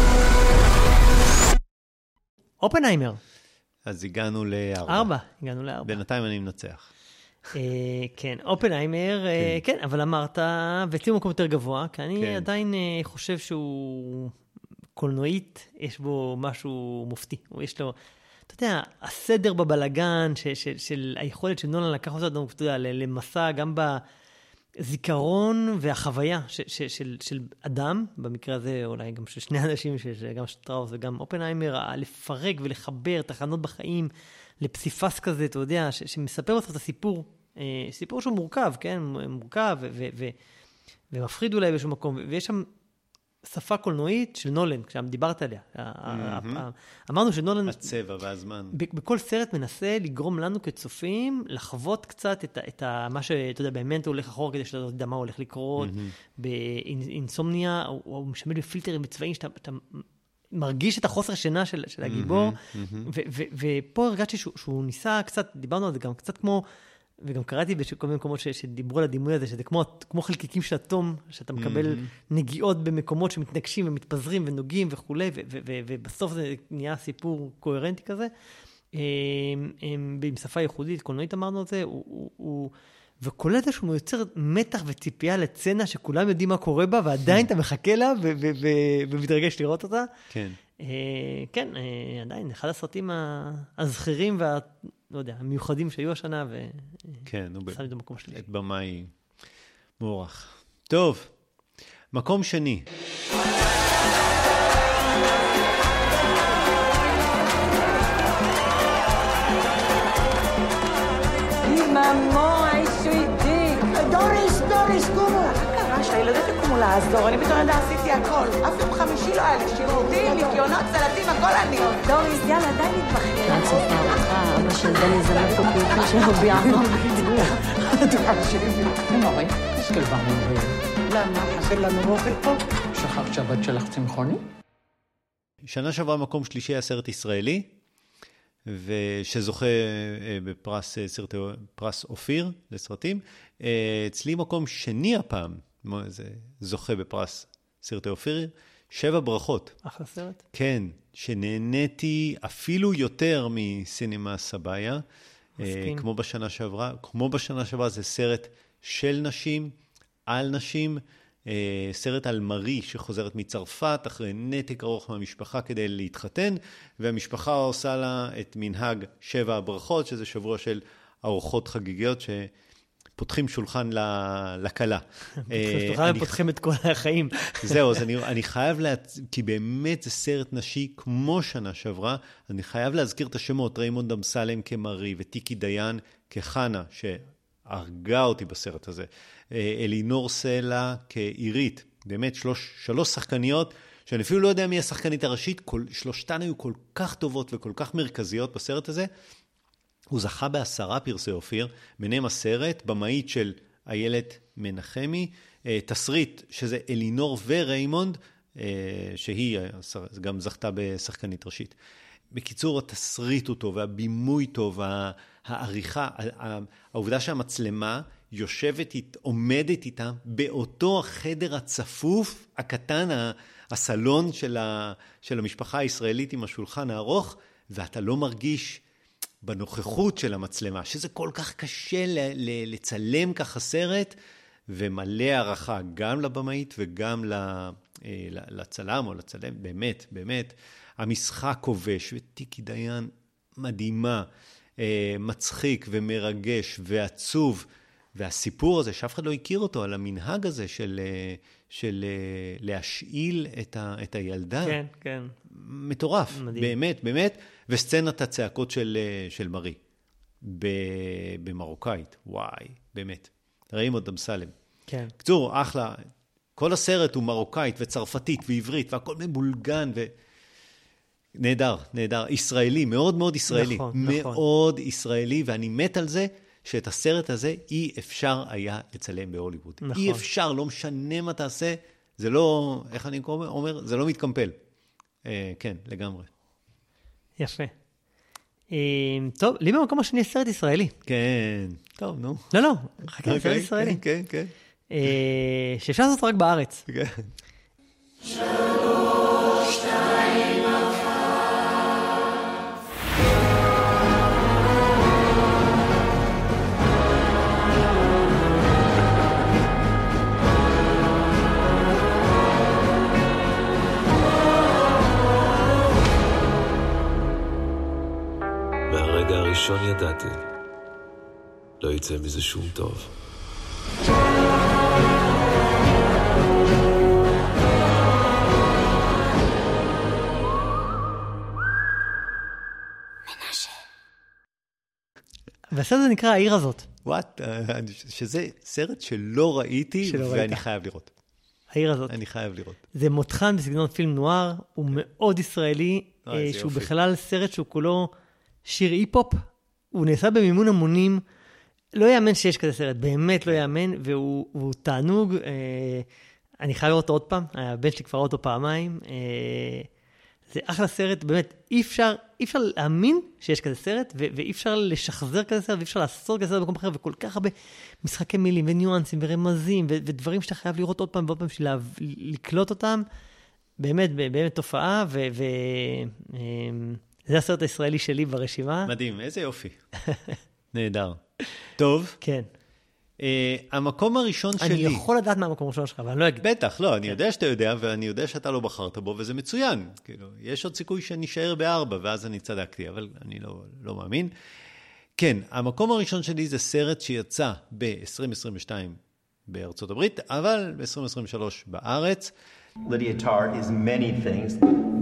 אופנהיימר. אז הגענו הגענו ל4. בינתיים אני מנצח. כן, אופנהיימר, כן, אבל אמרת, וציום מקום יותר גבוה, כי אני עדיין חושב שהוא קולנועית, יש בו משהו מופתי. יש לו, אתה יודע, הסדר בבלגן, של היכולת של נולן לקח אותנו, אתה יודע, למסע, גם בזיכרון והחוויה של אדם, במקרה הזה אולי גם של שני אנשים, גם שטראוס וגם אופנהיימר, לפרק ולחבר תחנות בחיים לפסיפס כזה, אתה יודע, שמספר בסוף את הסיפור, סיפור שהוא מורכב, כן? מורכב ומפחיד אולי באיזשהו מקום, ויש שם שפה קולנועית של נולן, כשדיברת עליה. אמרנו שנולן... הצבע והזמן. בכל סרט מנסה לגרום לנו כצופים, לחוות קצת את מה שאתה יודע, באמת הוא הולך אחורה כדי שאתה יודע מה הולך לקרות. באינסומניה, הוא משמש בפילטרים בצבעים שאתה מרגיש את החוסר שינה של הגיבור, ופה הרגשתי שהוא ניסה קצת, דיברנו על זה גם קצת כמו, וגם קראתי בכל מיני מקומות שדיברו על הדימוי הזה, שזה כמו חלקיקים של אטום, שאתה מקבל נגיעות במקומות שמתנגשים ומתפזרים ונוגעים וכו', ובסוף זה נהיה סיפור קוהרנטי כזה. עם שפה ייחודית, קולנועית אמרנו על זה, וכולל זה שהוא יוצר מתח וציפייה לצנה שכולם יודעים מה קורה בה, ועדיין אתה מחכה לה ומתרגש לראות אותה. כן. כן, עדיין, אחד הסרטים הזכירים לא יודע, המיוחדים שהיו השנה, כן, ושם את המקום שלי. את במאי מוערך. טוב, מקום שני. Maman, je suis dick. Doris, קומו. מה קרה? שהילדות יקומו לעזור. אני בתור ילדה עשיתי הכל. אף יום חמישי לא היה לי שירותים, ניקיונות, סלטים, הכל אני. דוריס, יאללה, די להתבחר. עד סוף הערכה, אבא של דני זרק פה פלחה של הביאנו. מורי, תסכל במון. למה? חסר לנו אוכל פה? שכחת שהבת שלך צמחוני? שנה שעברה מקום שלישי הסרט ישראלי, ושזוכה בפרס אופיר לסרטים. אצלי מקום שני הפעם, זה זוכה בפרס סרטי אופיר, 7 ברכות. אחלה סרט. כן, שנהניתי אפילו יותר מסינמה סבאיה, כמו בשנה שעברה, זה סרט של נשים, על נשים, סרט על מרי שחוזרת מצרפת אחרי נתק ארוך מהמשפחה כדי להתחתן, והמשפחה עושה לה את מנהג 7 הברכות, שזה שבוע של ארוחות חגיגיות שפותחים שולחן לקלה. שולחן ופותחים את כל החיים. זהו, אז אני חייב, כי באמת זה סרט נשי כמו שנה שעברה, אני חייב להזכיר את השמות, ריימונד אמסלם כמרי וטיקי דיין כחנה, שהרגה אותי בסרט הזה. אלינור סלע כעירית, באמת 3 שחקניות, שאני אפילו לא יודע מי השחקנית הראשית, שלושתן היו כל כך טובות וכל כך מרכזיות בסרט הזה. הוא זכה ב10 פרסי אופיר, ביניהם הסרט, במאית של איילת מנחמי, תסריט שזה אלינור וריימונד, שהיא גם זכתה בשחקנית ראשית. בקיצור, התסריט הוא טוב, והבימוי טוב, העריכה, העובדה שהמצלמה יושבת, עומדת איתה, באותו החדר הצפוף, הקטן, הסלון של המשפחה הישראלית עם השולחן הארוך, ואתה לא מרגיש בנוכחות של המצלמה, שזה כל כך קשה לצלם ככה סרט, ומלא הערכה גם לבמאית וגם לצלם או לצלם, באמת, באמת. המשחק כובש, וטיקי דיין מדהימה, מצחיק ומרגש ועצוב, והסיפור הזה שאף אחד לא הכיר אותו, על המנהג הזה של להשאיל את הילדה. כן, כן. מטורף, מדהים. באמת, באמת. וסצנת הצעקות של מרי, במרוקאית, וואי, באמת. ריימונד אמסלם. כן. קצור, אחלה. כל הסרט הוא מרוקאית וצרפתית ועברית, והכל מבולגן נהדר, נהדר. ישראלי, מאוד מאוד ישראלי. נכון, מאוד ישראלי, ואני מת על זה, שאת הסרט הזה אי אפשר היה לצלם בהוליווד. נכון. אי אפשר, לא משנה מה תעשה, זה לא, איך אני אומר? זה לא מתקמפל. כן, לגמרי. יפה. טוב, לי במקום השני סרט ישראלי. כן, טוב, נו. לא, חכה, סרט ישראלי. כן, כן. שאפשר לעשות רק בארץ. כן. 3, 2, 1 מהרגע הראשון ידעתי, לא יצא מזה שום טוב. והסרט הזה נקרא העיר הזאת. וואט, שזה סרט שלא ראיתי, ואני חייב לראות. העיר הזאת. אני חייב לראות. זה מותחן בסגנון פילם נואר, הוא מאוד ישראלי, שהוא בכלל סרט שהוא כולו שיר אי-פופ, הוא נעשה במימון המונים, לא יאמן שיש כזה סרט, באמת לא יאמן, והוא תענוג, אני חייב לראות עוד פעם, הבן שלי כבר אותו פעמיים, זה אחלה סרט, באמת, אי אפשר להאמין שיש כזה סרט, ואי אפשר לשחזר כזה סרט, ואי אפשר לעשות כזה סרט במקום אחר, וכל כך הרבה משחקי מילים וניואנסים ורמזים, ודברים שאתה חייב לראות עוד פעם ועוד פעם, בשביל לקלוט אותם, באמת תופעה, זה הסרט הישראלי שלי ברשימה. מדהים, איזה יופי. נהדר. טוב. כן. המקום הראשון שלי... אני יכול לדעת מה המקום הראשון שלך, אבל אני לא אגיד. בטח, לא, אני יודע שאתה יודע, ואני יודע שאתה לא בחרת בו, וזה מצוין. כאילו, יש עוד סיכוי שנשאר ב4, ואז אני צדקתי, אבל אני לא מאמין. כן, המקום הראשון שלי זה סרט שיצא ב-2022 בארצות הברית, אבל ב-2023 בארץ. Lydia Tarr is many things.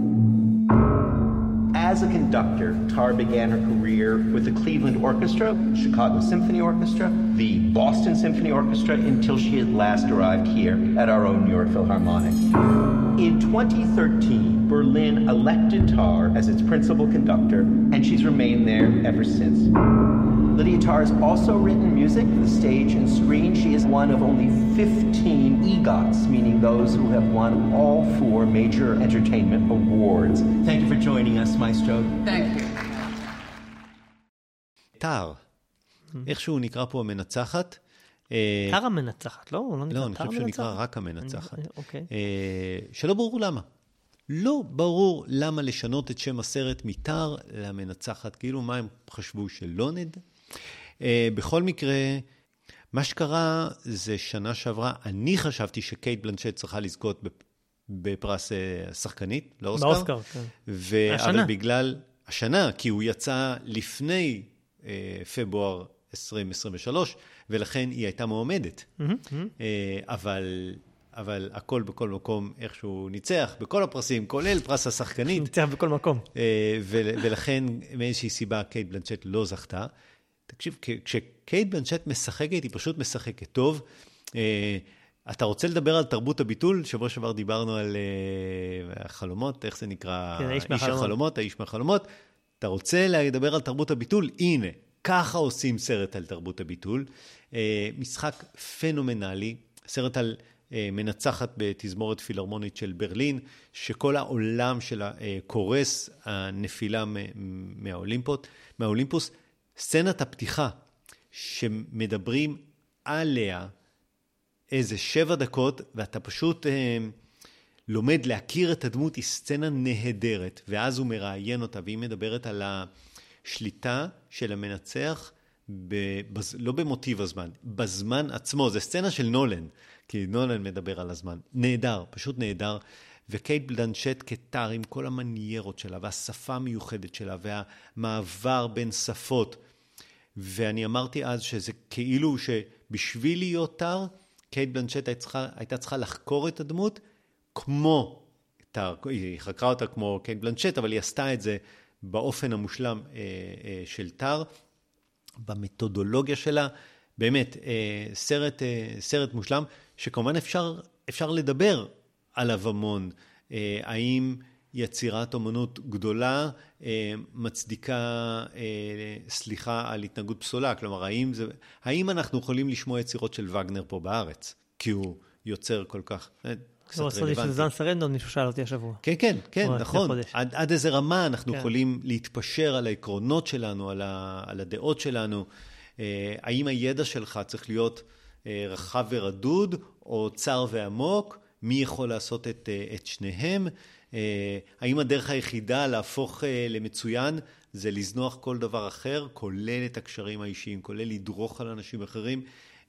As a conductor, Tarr began her career with the Cleveland Orchestra, Chicago Symphony Orchestra, the Boston Symphony Orchestra, until she had last arrived here at our own New York Philharmonic. In 2013, Berlin elected Tarr as its principal conductor, and she's remained there ever since. Lydia Tarr has also written music for the stage and screen. She is one of only 15 EGOTs, meaning those who have won all 4 major entertainment awards. Thank you for joining us, Maestro. Thank you. טאר. איכשהו נקרא פה המנצחת. טאר המנצחת, לא? לא, אני חושב שהוא נקרא רק המנצחת. שלא ברור למה. לא ברור למה לשנות את שם הסרט מטאר למנצחת. כאילו מה הם חשבו שלא נדע? בכל מקרה, מה שקרה זה שנה שעברה, אני חשבתי שקייט בלנצ'ט צריכה לזכות בפרס שחקנית, לאוסקר. באוסקר, כן. אבל בגלל השנה, כי הוא יצא לפני פברואר 2023, ולכן היא הייתה מועמדת. אבל הכל בכל מקום איכשהו ניצח, בכל הפרסים, כולל פרס השחקנית. ניצח בכל מקום. ולכן מאיזושהי סיבה קייט בלנצ'ט לא זכתה. תקשיב, כשקייט בלנצ'ט משחקת, היא פשוט משחקת טוב. אתה רוצה לדבר על תרבות הביטול? שבוע שעבר דיברנו על החלומות, איך זה נקרא? כן, האיש מהחלומות. אתה רוצה לדבר על תרבות הביטול? הנה, ככה עושים סרט על תרבות הביטול. משחק פנומנלי, סרט על מנצחת בתזמורת פילהרמונית של ברלין, שכל העולם שלה קורס, הנפילה מהאולימפוס. סצנת הפתיחה שמדברים עליה איזה 7 דקות, ואתה פשוט לומד להכיר את הדמות, היא סצנה נהדרת, ואז הוא מראיין אותה, והיא מדברת על השליטה של המנצח, לא במוטיב הזמן, בזמן עצמו. זה סצנה של נולן, כי נולן מדבר על הזמן. נהדר, פשוט נהדר. וקייט בלנצ'ט כטאר עם כל המניירות שלה, והשפה המיוחדת שלה, והמעבר בין שפות. ואני אמרתי אז שזה כאילו שבשביל להיות טאר, קייט בלנצ'ט הייתה צריכה לחקור את הדמות כמו טאר. היא חקרה אותה כמו קייט בלנצ'ט, אבל היא עשתה את זה באופן המושלם של טאר, במתודולוגיה שלה. באמת, סרט מושלם, שכמובן אפשר לדבר עליו המון. האם יצירת אומנות גדולה מצדיקה סליחה על התנהגות פסולה? כלומר, האם אנחנו יכולים לשמוע יצירות של וגנר פה בארץ? כי הוא יוצר כל כך קצת רלוונטי. זן סרנדון, מישהו שאל אותי השבוע. כן, נכון. עד איזה רמה אנחנו יכולים להתפשר על העקרונות שלנו, על הדעות שלנו. האם הידע שלך צריך להיות רחב ורדוד, או צר ועמוק? מי יכול לעשות את שניהם? האם הדרך היחידה להפוך למצוין זה לזנוח כל דבר אחר, כולל את הקשרים האישיים, כולל לדרוך על אנשים אחרים?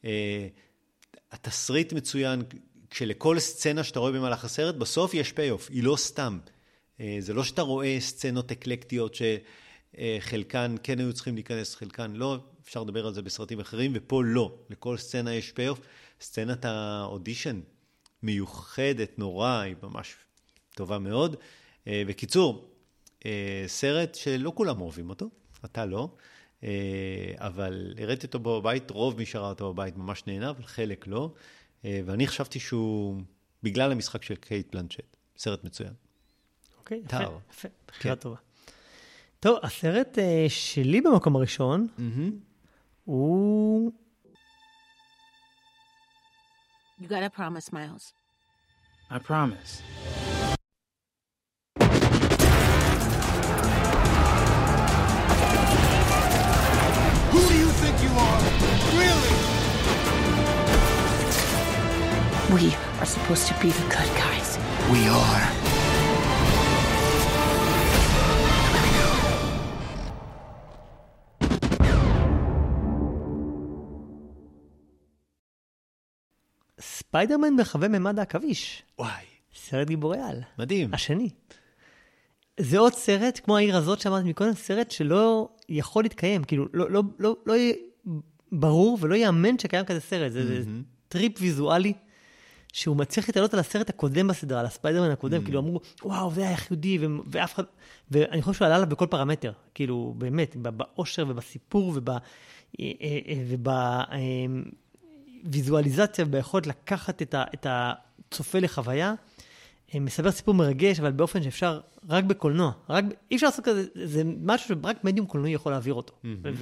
התסריט מצוין, כשלכל סצנה שאתה רואה במהלך הסרט, בסוף יש פי-אוף, היא לא סתם. זה לא שאתה רואה סצנות אקלקטיות שחלקן כן היו צריכים להיכנס, חלקן לא, אפשר לדבר על זה בסרטים אחרים, ופה לא. לכל סצנה יש פי-אוף. סצנת האודישן מיוחדת, נורא, היא ממש טובה מאוד. בקיצור, סרט שלא כולם אוהבים אותו, אתה לא, אבל הראיתי אותו בבית, רוב מי שראה אותו בבית ממש נהנה, אבל חלק לא, ואני חשבתי שהוא, בגלל המשחק של קייט בלנצ'ט, סרט מצוין. אוקיי, יפה, בחירה טובה. טוב, הסרט שלי במקום הראשון, הוא... You gotta promise, Miles. I promise. We are supposed to be the good guys. We are. ספיידרמן ברחבי ממד העכביש. וואי. סרט גיבורי על. מדהים. השני. זה עוד סרט, כמו העיר הזאת שאמרתי מקודם, סרט שלא יכול להתקיים. כאילו, לא יהיה ברור ולא יאמן שקיים כזה סרט. זה טריפ ויזואלי, שהוא מצליח להתעלות על הסרט הקודם בסדרה, על הספיידרמן הקודם. כאילו, אמרו, וואו, זה היה יחיודי, ואף אחד... ואני חושב שהוא עלה עליו בכל פרמטר. כאילו, באמת, באושר ובסיפור ויזואליזציה ביכולת לקחת את הצופה לחוויה, מספר סיפור מרגש, אבל באופן שאפשר רק בקולנוע. אי אפשר לעשות כזה, זה משהו שרק מדיום קולנועי יכול להעביר אותו.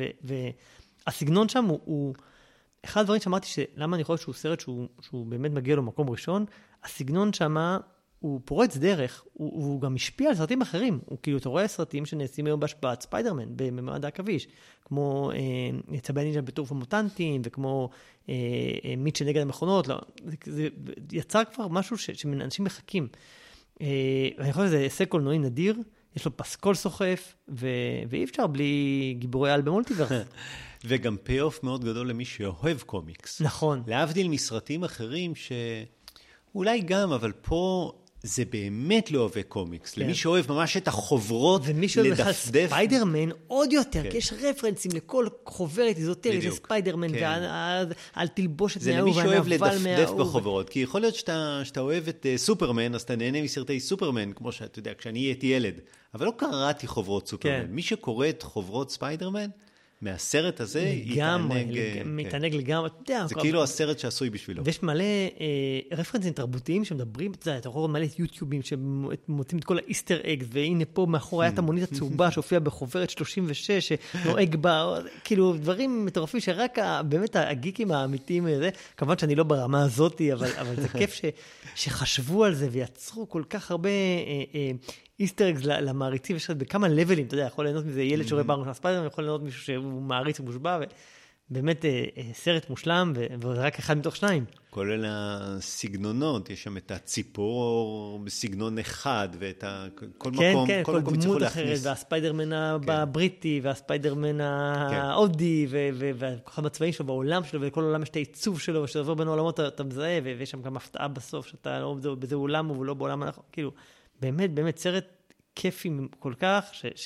והסגנון שם הוא אחד הדברים שאמרתי למה אני חושב שהוא סרט שהוא באמת מגיע לו מקום ראשון, הסגנון שם הוא פורץ דרך, הוא גם משפיע על סרטים אחרים. הוא כאילו, אתה רואה סרטים שנעשים היום בהשפעת ספיידרמן, בממד העכביש, כמו צבי הנינג'ה בטורף המוטנטים, וכמו מיטשל נגד המכונות. זה יצר כבר משהו שאנשים מחכים. ואני חושב שזה הישג קולנועי נדיר, יש לו פסקול סוחף, ואי אפשר בלי גיבורי על במולטיברס. וגם פי-אוף מאוד גדול למי שאוהב קומיקס. נכון. להבדיל מסרטים אחרים אולי גם, אבל פה זה באמת לא אוהב קומיקס. למי שאוהב ממש את החוברות לדפדף. ומי שאוהב בכלל ספיידרמן עוד יותר, כי יש רפרנסים לכל חוברת איזוטרית של ספיידרמן, ועל תלבושת מהאהוב. זה למי שאוהב לדפדף בחוברות, כי יכול להיות שאתה אוהב את סופרמן, אז אתה נהנה מסרטי סופרמן, כמו שאתה יודע, כשאני הייתי ילד. אבל לא קראתי חוברות סופרמן. מי שקורא את חוברות ספיידרמן, מהסרט הזה מתענג לגמרי. זה כאילו הסרט שעשוי בשבילו. ויש מלא רפרנסים תרבותיים שמדברים, אתה רואה מלא יוטיובים שמוצאים את כל האיסטר אגס, והנה פה מאחור היה את המונית הצהובה שהופיעה בחוברת 36, שנוהג בה, כאילו דברים מטורפים שרק באמת הגיקים האמיתיים, כמובן שאני לא ברמה הזאת, אבל זה כיף שחשבו על זה ויצרו כל כך הרבה איסטר-אגס למעריצים, יש בכמה לבלים, אתה יודע, יכול ליהנות מזה ילד שרואה פעם ראשונה ספיידרמן, יכול ליהנות מישהו שהוא מעריץ ומושבע, ובאמת סרט מושלם, וזה רק אחד מתוך שניים. כולל הסגנונות, יש שם את הציפור בסגנון אחד, ואת כל מקום, כל דמות אחרת, והספיידרמן הבריטי, והספיידרמן ההודי, והכוחם הצבאי שלו, והעולם שלו, וכל עולם יש את העיצוב שלו, ושאתה עובר בין העולמות, אתה מזהה, ויש שם גם הפתעה בסוף, שאתה לא בזה עולם, ולא בעולם הנכון, כאילו, באמת, באמת, סרט כיפי כל כך,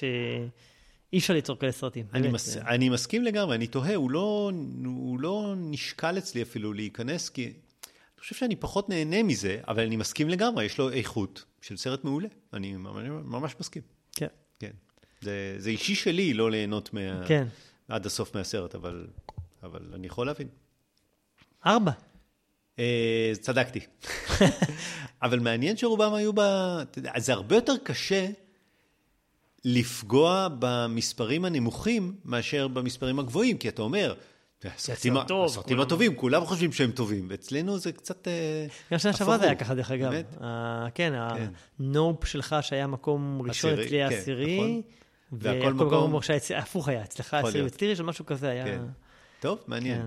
שאי אפשר ליצור כאלה סרטים. אני מסכים לגמרי, אני תוהה, הוא לא נשקל אצלי אפילו להיכנס, כי אני חושב שאני פחות נהנה מזה, אבל אני מסכים לגמרי, יש לו איכות של סרט מעולה. אני ממש מסכים. כן. כן. זה אישי שלי לא ליהנות עד הסוף מהסרט, אבל אני יכול להבין. 4. צדקתי. אבל מעניין שרובם היו זה הרבה יותר קשה לפגוע במספרים הנמוכים מאשר במספרים הגבוהים, כי אתה אומר, הסרטים הטובים, כולם חושבים שהם טובים, ואצלנו זה קצת גם שנה שעברה זה היה ככה דרך אגב. כן, הנופ שלך שהיה מקום ראשון אצלי העשירי, והכל מקום שהפוך היה, אצלך העשירי וצלירי של משהו כזה היה... טוב, מעניין.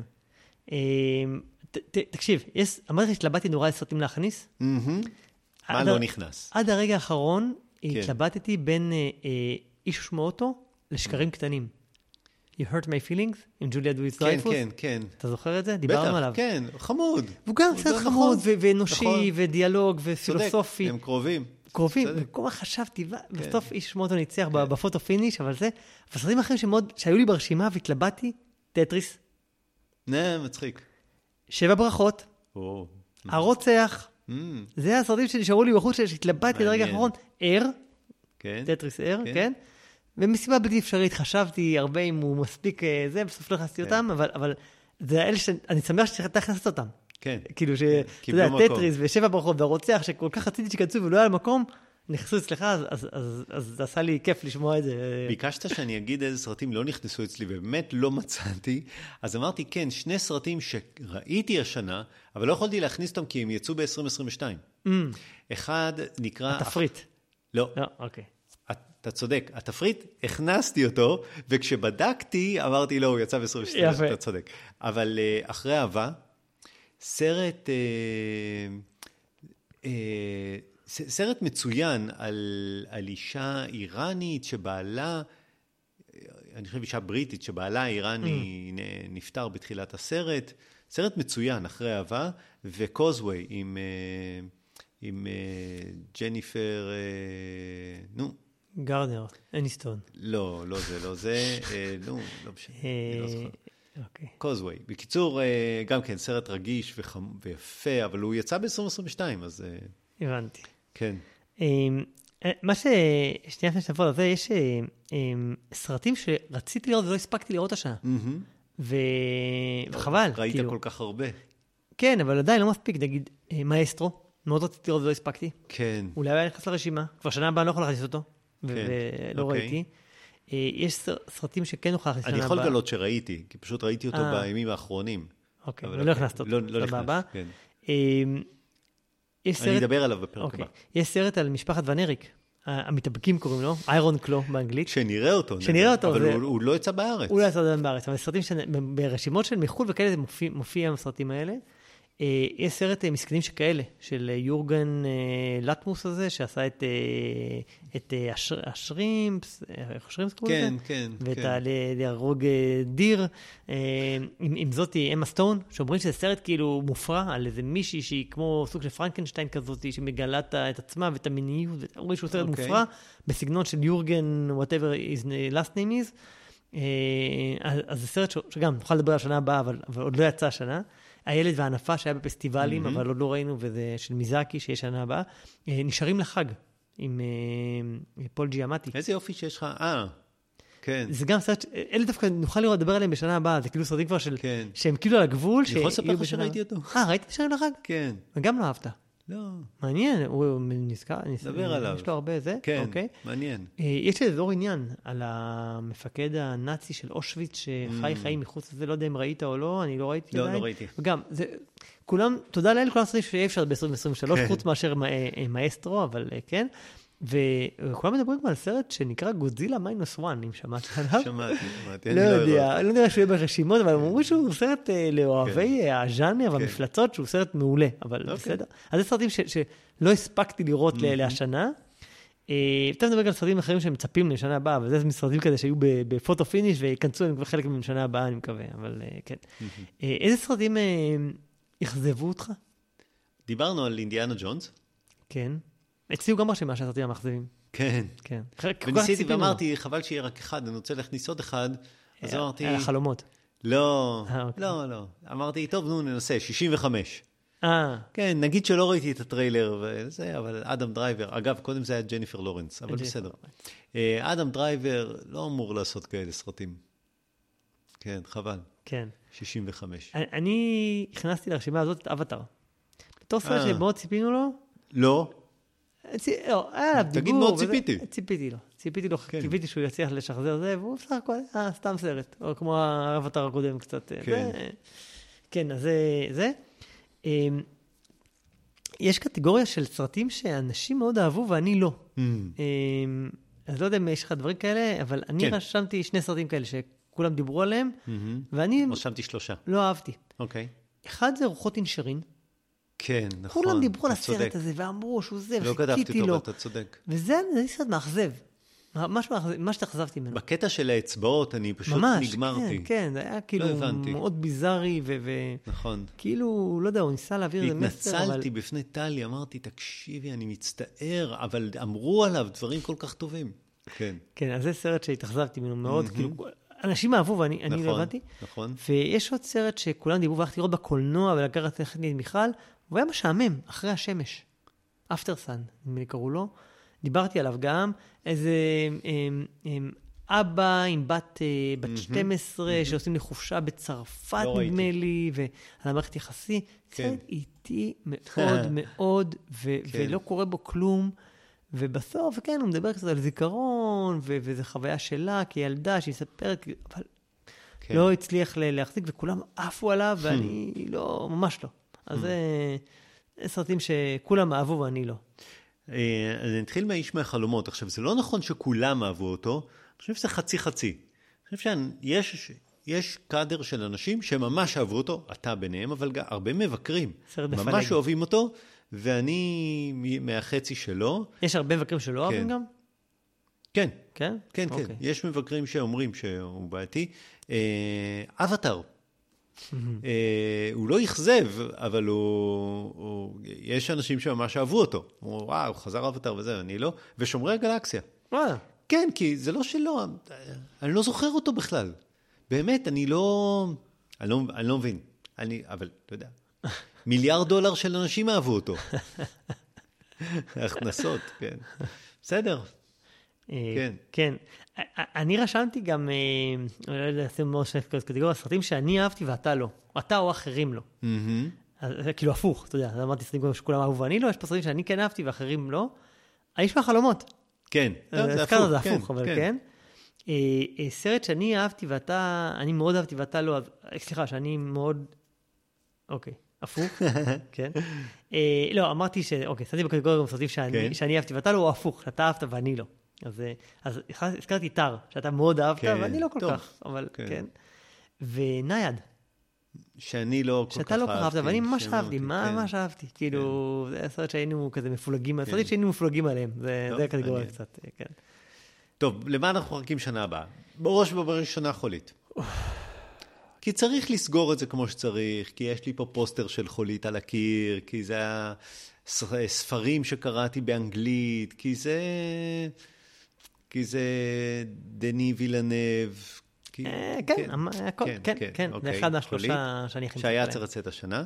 תקשיב, אמרתי שהתלבטתי נורא לסרטים להכניס. מה לא נכנס? עד הרגע האחרון התלבטתי בין איש ושמו אוטו לשקרים קטנים. You hurt my feelings עם ג'וליה דוויס-דרייפוס. כן, כן. אתה זוכר את זה? דיברנו עליו. כן, חמוד. והוא גם קצת חמוד ואנושי ודיאלוג ופילוסופי. צודק, הם קרובים. קרובים, וכל מה חשבתי, בסוף איש ושמו אוטו ניצח בפוטו פיניש, אבל זה, וסרטים אחרים שהיו לי ברשימה והתלבטתי, טטריס. מצחיק. 7 ברכות. הרוצח. זה הסרטים שנשארו לי בחוץ שהתלבטתי לרגע האחרון. טטריס כן. ומסיבה בלתי אפשרית חשבתי הרבה אם הוא מספיק זה, בסוף לא הכנסתי אותם, אבל זה האלה שאני שמח שאתה הכנסת אותם. כן. כאילו שאתה יודע, טטריס ו7 ברכות והרוצח שכל כך רציתי שכנסו ולא היה למקום, נכנסו אצלך, אז זה עשה לי כיף לשמוע את זה. ביקשת שאני אגיד איזה סרטים לא נכנסו אצלי, ובאמת לא מצאתי, אז אמרתי, כן, 2 סרטים שראיתי השנה, אבל לא יכולתי להכניס אותם כי הם יצאו ב-2022. אחד נקרא... התפריט. לא. אוקיי. אתה צודק, התפריט, הכנסתי אותו, וכשבדקתי, אמרתי, לא, הוא יצא ב-2022, אתה צודק. אבל אחרי אהבה, סרט מצוין על אישה איראנית שבעלה, אני חושב אישה בריטית שבעלה האיראני נפטר בתחילת הסרט, סרט מצוין אחרי אהבה, וקוזווי עם ג'ניפר, גארנר, אניסטון. לא זה, לא משנה, אני לא זוכר. קוזווי. בקיצור, גם כן סרט רגיש ויפה, אבל הוא יצא ב-2022, אז... הבנתי. כן. מה ששנייה לפני שנעבור לזה, יש סרטים שרציתי לראות ולא הספקתי לראות השנה. וחבל. ראית כל כך הרבה. כן, אבל עדיין לא מספיק. נגיד, מאסטרו, מאוד רציתי לראות ולא הספקתי. כן. אולי היה נכנס לרשימה. כבר שנה הבאה אני לא יכול להכניס אותו. ולא ראיתי. יש סרטים שכן נוכל להכניס שנה הבאה. אני יכול לגלות שראיתי, כי פשוט ראיתי אותו בימים האחרונים. אוקיי, ולא הכנסת אותו. לא נכנס, כן. אני אדבר עליו בפרק הבא. יש סרט על משפחת ונריק, המתאבקים קוראים לו, איירון קלו באנגלית. שנראה אותו. אבל הוא לא יצא בארץ. הוא לא יצא בארץ, אבל סרטים ברשימות של מחול וכאלה, זה מופיע בסרטים האלה. יש סרט מסכנים שכאלה, של יורגן לטמוס הזה, שעשה את השרימפס, איך השרימפס קוראים לזה? כן. ואת להרוג דיר, עם זאתי אמה סטון, שאומרים שזה סרט כאילו מופרע, על איזה מישהי שהיא כמו סוג של פרנקנשטיין כזאת, שמגלה את עצמה ואת המיניות, אומרים שהוא סרט מופרע, בסגנון של יורגן, whatever his last name is, אז זה סרט שגם נוכל לדבר על השנה הבאה, אבל עוד לא יצא השנה, הילד והענפה שהיה בפסטיבלים, אבל עוד לא ראינו, וזה של מיזאקי שיש שנה הבאה, נשארים לחג עם פול ג'יאמטי. איזה יופי שיש לך, כן. זה גם סרט, אלה דווקא נוכל לראות לדבר עליהם בשנה הבאה, זה כאילו סרטים כבר שהם כאילו על הגבול. אני יכול לספר לך שראיתי אותו. ראית נשארים לחג? כן. וגם לא אהבת. לא. מעניין, הוא נזכר, דבר עליו. יש לו הרבה זה. כן, אוקיי. מעניין. יש לי אזור עניין על המפקד הנאצי של אושוויץ, שחי חיים מחוץ לזה, לא יודע אם ראית או לא, אני לא ראיתי עדיין. לא ראיתי. וגם, כולם, תודה לאל, כולם סרטים שיהיה אפשר ב-2023, חוץ מאשר מאסטרו, אבל כן. וכולם מדברים על סרט שנקרא גודזילה -1, אם שמעת עליו. שמעתי. לא יודע, לא נראה שהוא יהיה ברשימות, אבל הם אומרים שהוא סרט לאוהבי הז'אנר והמפלצות, שהוא סרט מעולה, אבל בסדר. אז זה סרטים שלא הספקתי לראות להשנה. אתה מדבר על סרטים אחרים שמצפים לשנה הבאה, אבל זה סרטים כזה שהיו בפוטו פיניש, וייכנסו להם חלק משנה הבאה, אני מקווה, אבל כן. איזה סרטים יחזבו אותך? דיברנו על אינדיאנה ג'ונס. כן. אצלי הוא גם רשימה שהסרטים המאכזבים. כן. כן. וניסיתי ואמרתי, חבל שיהיה רק אחד, אני רוצה להכניס עוד אחד, אז אמרתי... החלומות. לא. אמרתי, טוב, נו, ננסה, 65. כן, נגיד שלא ראיתי את הטריילר וזה, אבל אדם דרייבר, אגב, קודם זה היה ג'ניפר לורנס, אבל בסדר. אדם דרייבר לא אמור לעשות כאלה סרטים. כן, חבל. כן. 65. אני הכנסתי לרשימה הזאת את אבטר. בתור סרט שמאוד ציפינו לו? לא. תגיד מאוד ציפיתי. ציפיתי לו, קיוויתי שהוא יצליח לשחזר זה, והוא בסך הכל, סתם סרט, או כמו האבטר הקודם קצת. כן, אז זה. יש קטגוריה של סרטים שאנשים מאוד אהבו ואני לא. אז לא יודע אם יש לך דברים כאלה, אבל אני רשמתי 2 סרטים כאלה שכולם דיברו עליהם, ואני... רשמתי 3. לא אהבתי. אוקיי. אחד זה רוחות אינשרין. כן, נכון. כולם דיברו על הסרט הזה, ואמרו שהוא זה, לא כתבתי אותו, אתה צודק. וזה סרט מאכזב. מה שתחזבתי ממנו. בקטע של האצבעות, אני פשוט נגמרתי. כן, זה היה כאילו מאוד ביזארי, נכון. כאילו, לא יודע, הוא ניסה להעביר איזה מסר, אבל... התנצלתי בפני טלי, אמרתי, תקשיבי, אני מצטער, אבל אמרו עליו דברים כל כך טובים. כן. כן, אז זה סרט שהתאכזבתי ממנו מאוד, כאילו, אנשים אהבו ואני לא הבנתי. נכון. ויש עוד סרט שכולם דיברו, והלכתי לראות בקולנוע, ולקחת את מיכל, והוא היה משעמם, אחרי השמש. אפטרסן, נדמה לי קראו לו. דיברתי עליו גם, איזה אבא עם בת 12 שעושים לי חופשה בצרפת, נדמה לי, ועל המערכת יחסי. סרט איטי מאוד מאוד, ולא קורה בו כלום. ובסוף, כן, הוא מדבר קצת על זיכרון, וזו חוויה שלה כילדה, שהיא מספרת, אבל לא הצליח להחזיק, וכולם עפו עליו, ואני לא, ממש לא. אז זה סרטים שכולם אהבו ואני לא. אז נתחיל מהאיש מהחלומות. עכשיו, זה לא נכון שכולם אהבו אותו, אני חושב שזה חצי-חצי. אני חושב יש קאדר של אנשים שממש אהבו אותו, אתה ביניהם, אבל גם הרבה מבקרים. סרט ממש מפלג. אוהבים אותו, ואני מהחצי שלו. יש הרבה מבקרים שלא אוהבים גם? כן. כן? כן, כן. אוקיי. יש מבקרים שאומרים שהוא בעייתי. אבטר. הוא לא יכזב, אבל יש אנשים שממש אהבו אותו. הוא אומר, וואו, חזר אבטר וזה, אני לא. ושומרי הגלקסיה. כן, כי זה לא שלו, אני לא זוכר אותו בכלל. באמת, אני לא מבין. אבל, אתה יודע, $1 מיליארד של אנשים אהבו אותו. הכנסות, כן. בסדר. כן. כן. אני רשמתי גם, אני לא יודע, עשינו מאוד שני קטגוריה, סרטים שאני אהבתי ואתה לא. אתה או אחרים לא. כאילו הפוך, אתה יודע, אמרתי סרטים שכולם אהבו ואני לא, יש פה סרטים שאני כן אהבתי ואחרים לא. האיש מהחלומות. כן, זה הפוך, אבל כן. סרט שאני אהבתי ואתה, אני מאוד אהבתי ואתה לא, סליחה, שאני מאוד, אוקיי, הפוך, כן. לא, אמרתי אוקיי, סרטים בקטגוריה גם סרטים שאני אהבתי ואתה לא, או הפוך, שאתה אהבת ואני לא. אז הזכרתי טר, שאתה מאוד אהבת, ואני לא כל כך, אבל כן. ונייד. שאני לא כל כך אהבתי. שאתה לא כל כך אהבת, ואני ממש אהבתי, ממש אהבתי. כאילו, זה הסרט שהיינו כזה מפולגים, הסרט שהיינו מפולגים עליהם, זה הקטגוריה קצת, כן. טוב, למה אנחנו מחכים שנה הבאה? בראש ובראשונה חולית. כי צריך לסגור את זה כמו שצריך, כי יש לי פה פוסטר של חולית על הקיר, כי זה הספרים שקראתי באנגלית, כי זה דני וילנב. כן, זה אחד מהשלושה שאני הכי שהיה צריך לצאת השנה.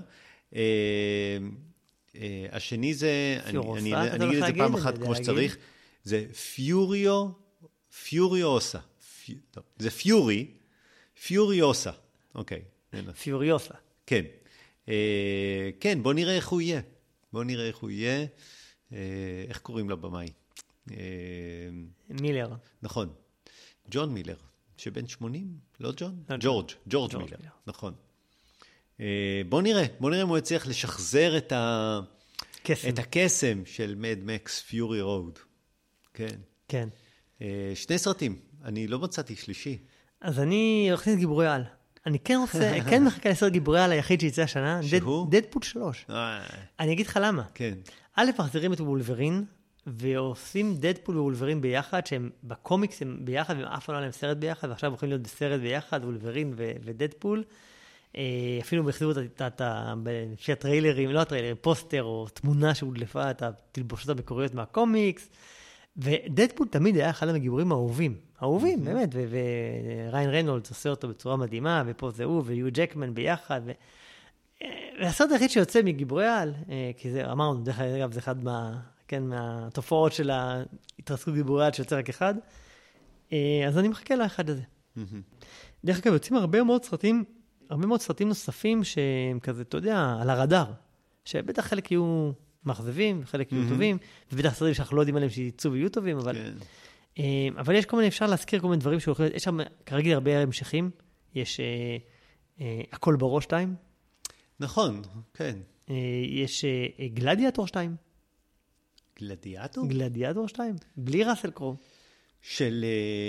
השני זה, אני אגיד את זה פעם אחת כמו שצריך, זה פיוריוסה. זה פיוריוסה. אוקיי. פיוריוסה. כן. כן, בוא נראה איך הוא יהיה. איך קוראים לבמאי? מילר. נכון. ג'ון מילר, שבן 80? לא ג'ון? ג'ורג' מילר. נכון. בוא נראה אם הוא יצליח לשחזר את הקסם של מד מקס פיורי רוד. כן. כן. 2 סרטים. אני לא מצאתי שלישי. אז אני הולכתי גיבורי על. אני כן מחכה לסרט גיבורי על היחיד שיצא השנה. שהוא? דדפול 3. אני אגיד לך למה. כן. א', מחזירים את וולברין, ועושים דדפול וולברין ביחד, שהם בקומיקס הם ביחד, והם אף פעם לא עליהם סרט ביחד, ועכשיו הולכים להיות בסרט ביחד, וולברין ודדפול. אפילו בהחזירו את הטריילרים, לא הטריילרים, פוסטר או תמונה שהודלפה את התלבושות המקוריות מהקומיקס. ודדפול תמיד היה אחד מהגיבורים האהובים, באמת, וריין ריינולדס עושה אותו בצורה מדהימה, ופה זה הוא, ויו ג'קמן ביחד, והסרט היחיד שיוצא מגיבורי על, כי זה, אמרנו, דרך אגב, זה אחד מהתופעות של ההתרסקות גיבורי על שיוצא רק אחד, אז אני מחכה לאחד הזה. דרך אגב, יוצאים הרבה מאוד סרטים נוספים שהם כזה, אתה יודע, על הרדאר, שבטח חלק יהיו מאכזבים, חלק יהיו טובים, ובטח סרטים שאנחנו לא יודעים עליהם שיצאו ויהיו טובים, אבל יש כל מיני, אפשר להזכיר כל מיני דברים שהולכים, יש שם כרגיל הרבה המשכים, יש הכל בראש 2. נכון, כן. יש גלדיאטור 2. גלדיאטור? גלדיאטור 2, בלי ראסל קרו. של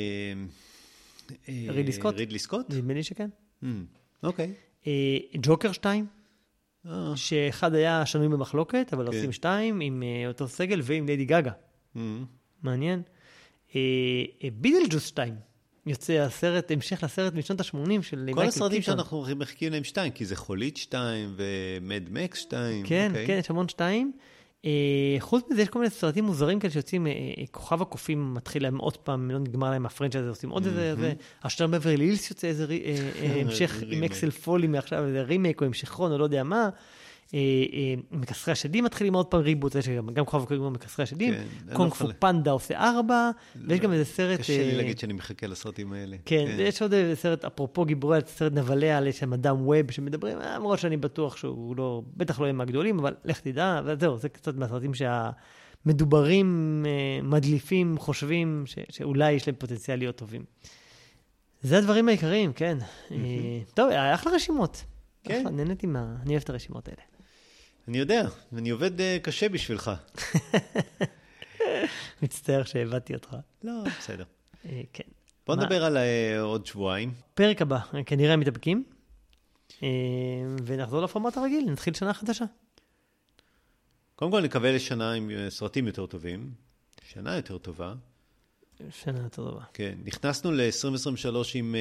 רידלי סקוט? רידלי סקוט? נדמה לי שכן. אוקיי. ג'וקר 2, שאחד היה שנוי במחלוקת, אבל עושים 2 עם אותו סגל ועם ליידי גגה. מעניין. בידלג'וס 2. יוצא הסרט, המשך לסרט משנות ה-80 של מייקל קיטון. כל הסרטים שאנחנו מחכים להם 2, כי זה חולית 2 ומד מקס 2. כן, כן, יש המון 2. חוץ מזה, יש כל מיני סרטים מוזרים כאלה שיוצאים, כוכב הקופים מתחיל להם עוד פעם, לא נגמר להם הפרנצ' הזה, עושים עוד איזה, השטרן בברלי הילס יוצא איזה המשך עם אקסל פולי מעכשיו, איזה רימייק או המשכרון, או לא יודע מה. מקסרי השדים מתחילים עוד פעם ריבוט, גם כוכב הקופים כמו מקסרי השדים, קונג פו פנדה עושה 4, ויש גם איזה סרט... קשה לי להגיד שאני מחכה לסרטים האלה. כן, יש עוד איזה סרט, אפרופו גיבורי, סרט נבלה על שם אדם ווב שמדברים, למרות שאני בטוח שהוא לא, בטח לא יהיה מהגדולים, אבל לך תדע, וזהו, זה קצת מהסרטים שהמדוברים, מדליפים, חושבים שאולי יש להם פוטנציאל להיות טובים. זה הדברים העיקריים, כן. טוב, אחלה רשימות. כן. נהניתי אני אוהב את הרשימות האלה. אני יודע, אני עובד קשה בשבילך. מצטער שהבאתי אותך. לא, בסדר. כן. בוא נדבר על עוד שבועיים. פרק הבא, כנראה מתאפקים, ונחזור לפורמט הרגיל, נתחיל שנה חדשה. קודם כל נקווה לשנה עם סרטים יותר טובים, שנה יותר טובה. שנה יותר טובה. כן, נכנסנו ל-2023 עם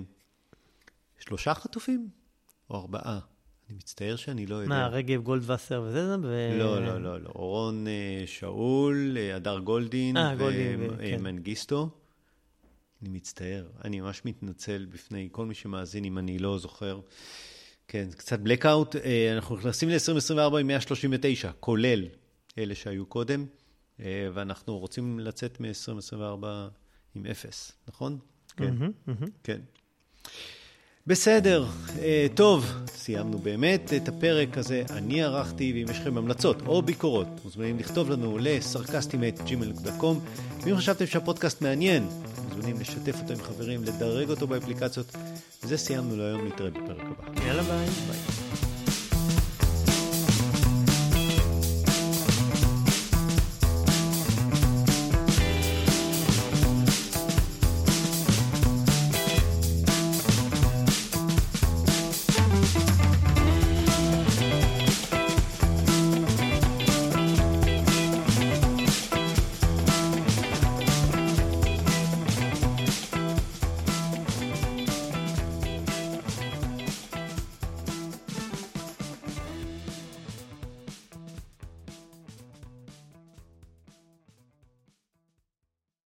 3 חטופים או 4. אני מצטער שאני לא יודע. מה, רגב, גולדווסר וזה? לא. אורון שאול, הדר גולדין ומנגיסטו. אני מצטער, אני ממש מתנצל בפני כל מי שמאזין אם אני לא זוכר. כן, קצת בלקאוט. אנחנו נכנסים ל-2024 עם 139, כולל אלה שהיו קודם, ואנחנו רוצים לצאת מ-2024 עם 0, נכון? כן. כן. בסדר, טוב, סיימנו באמת את הפרק הזה, אני ערכתי, ואם יש לכם המלצות או ביקורות, מוזמנים לכתוב לנו ל-sarcastim@gmail.com. ואם חשבתם שהפודקאסט מעניין, מוזמנים לשתף אותו עם חברים, לדרג אותו באפליקציות, וזה סיימנו להיום, נתראה בפרק הבא. יאללה ביי.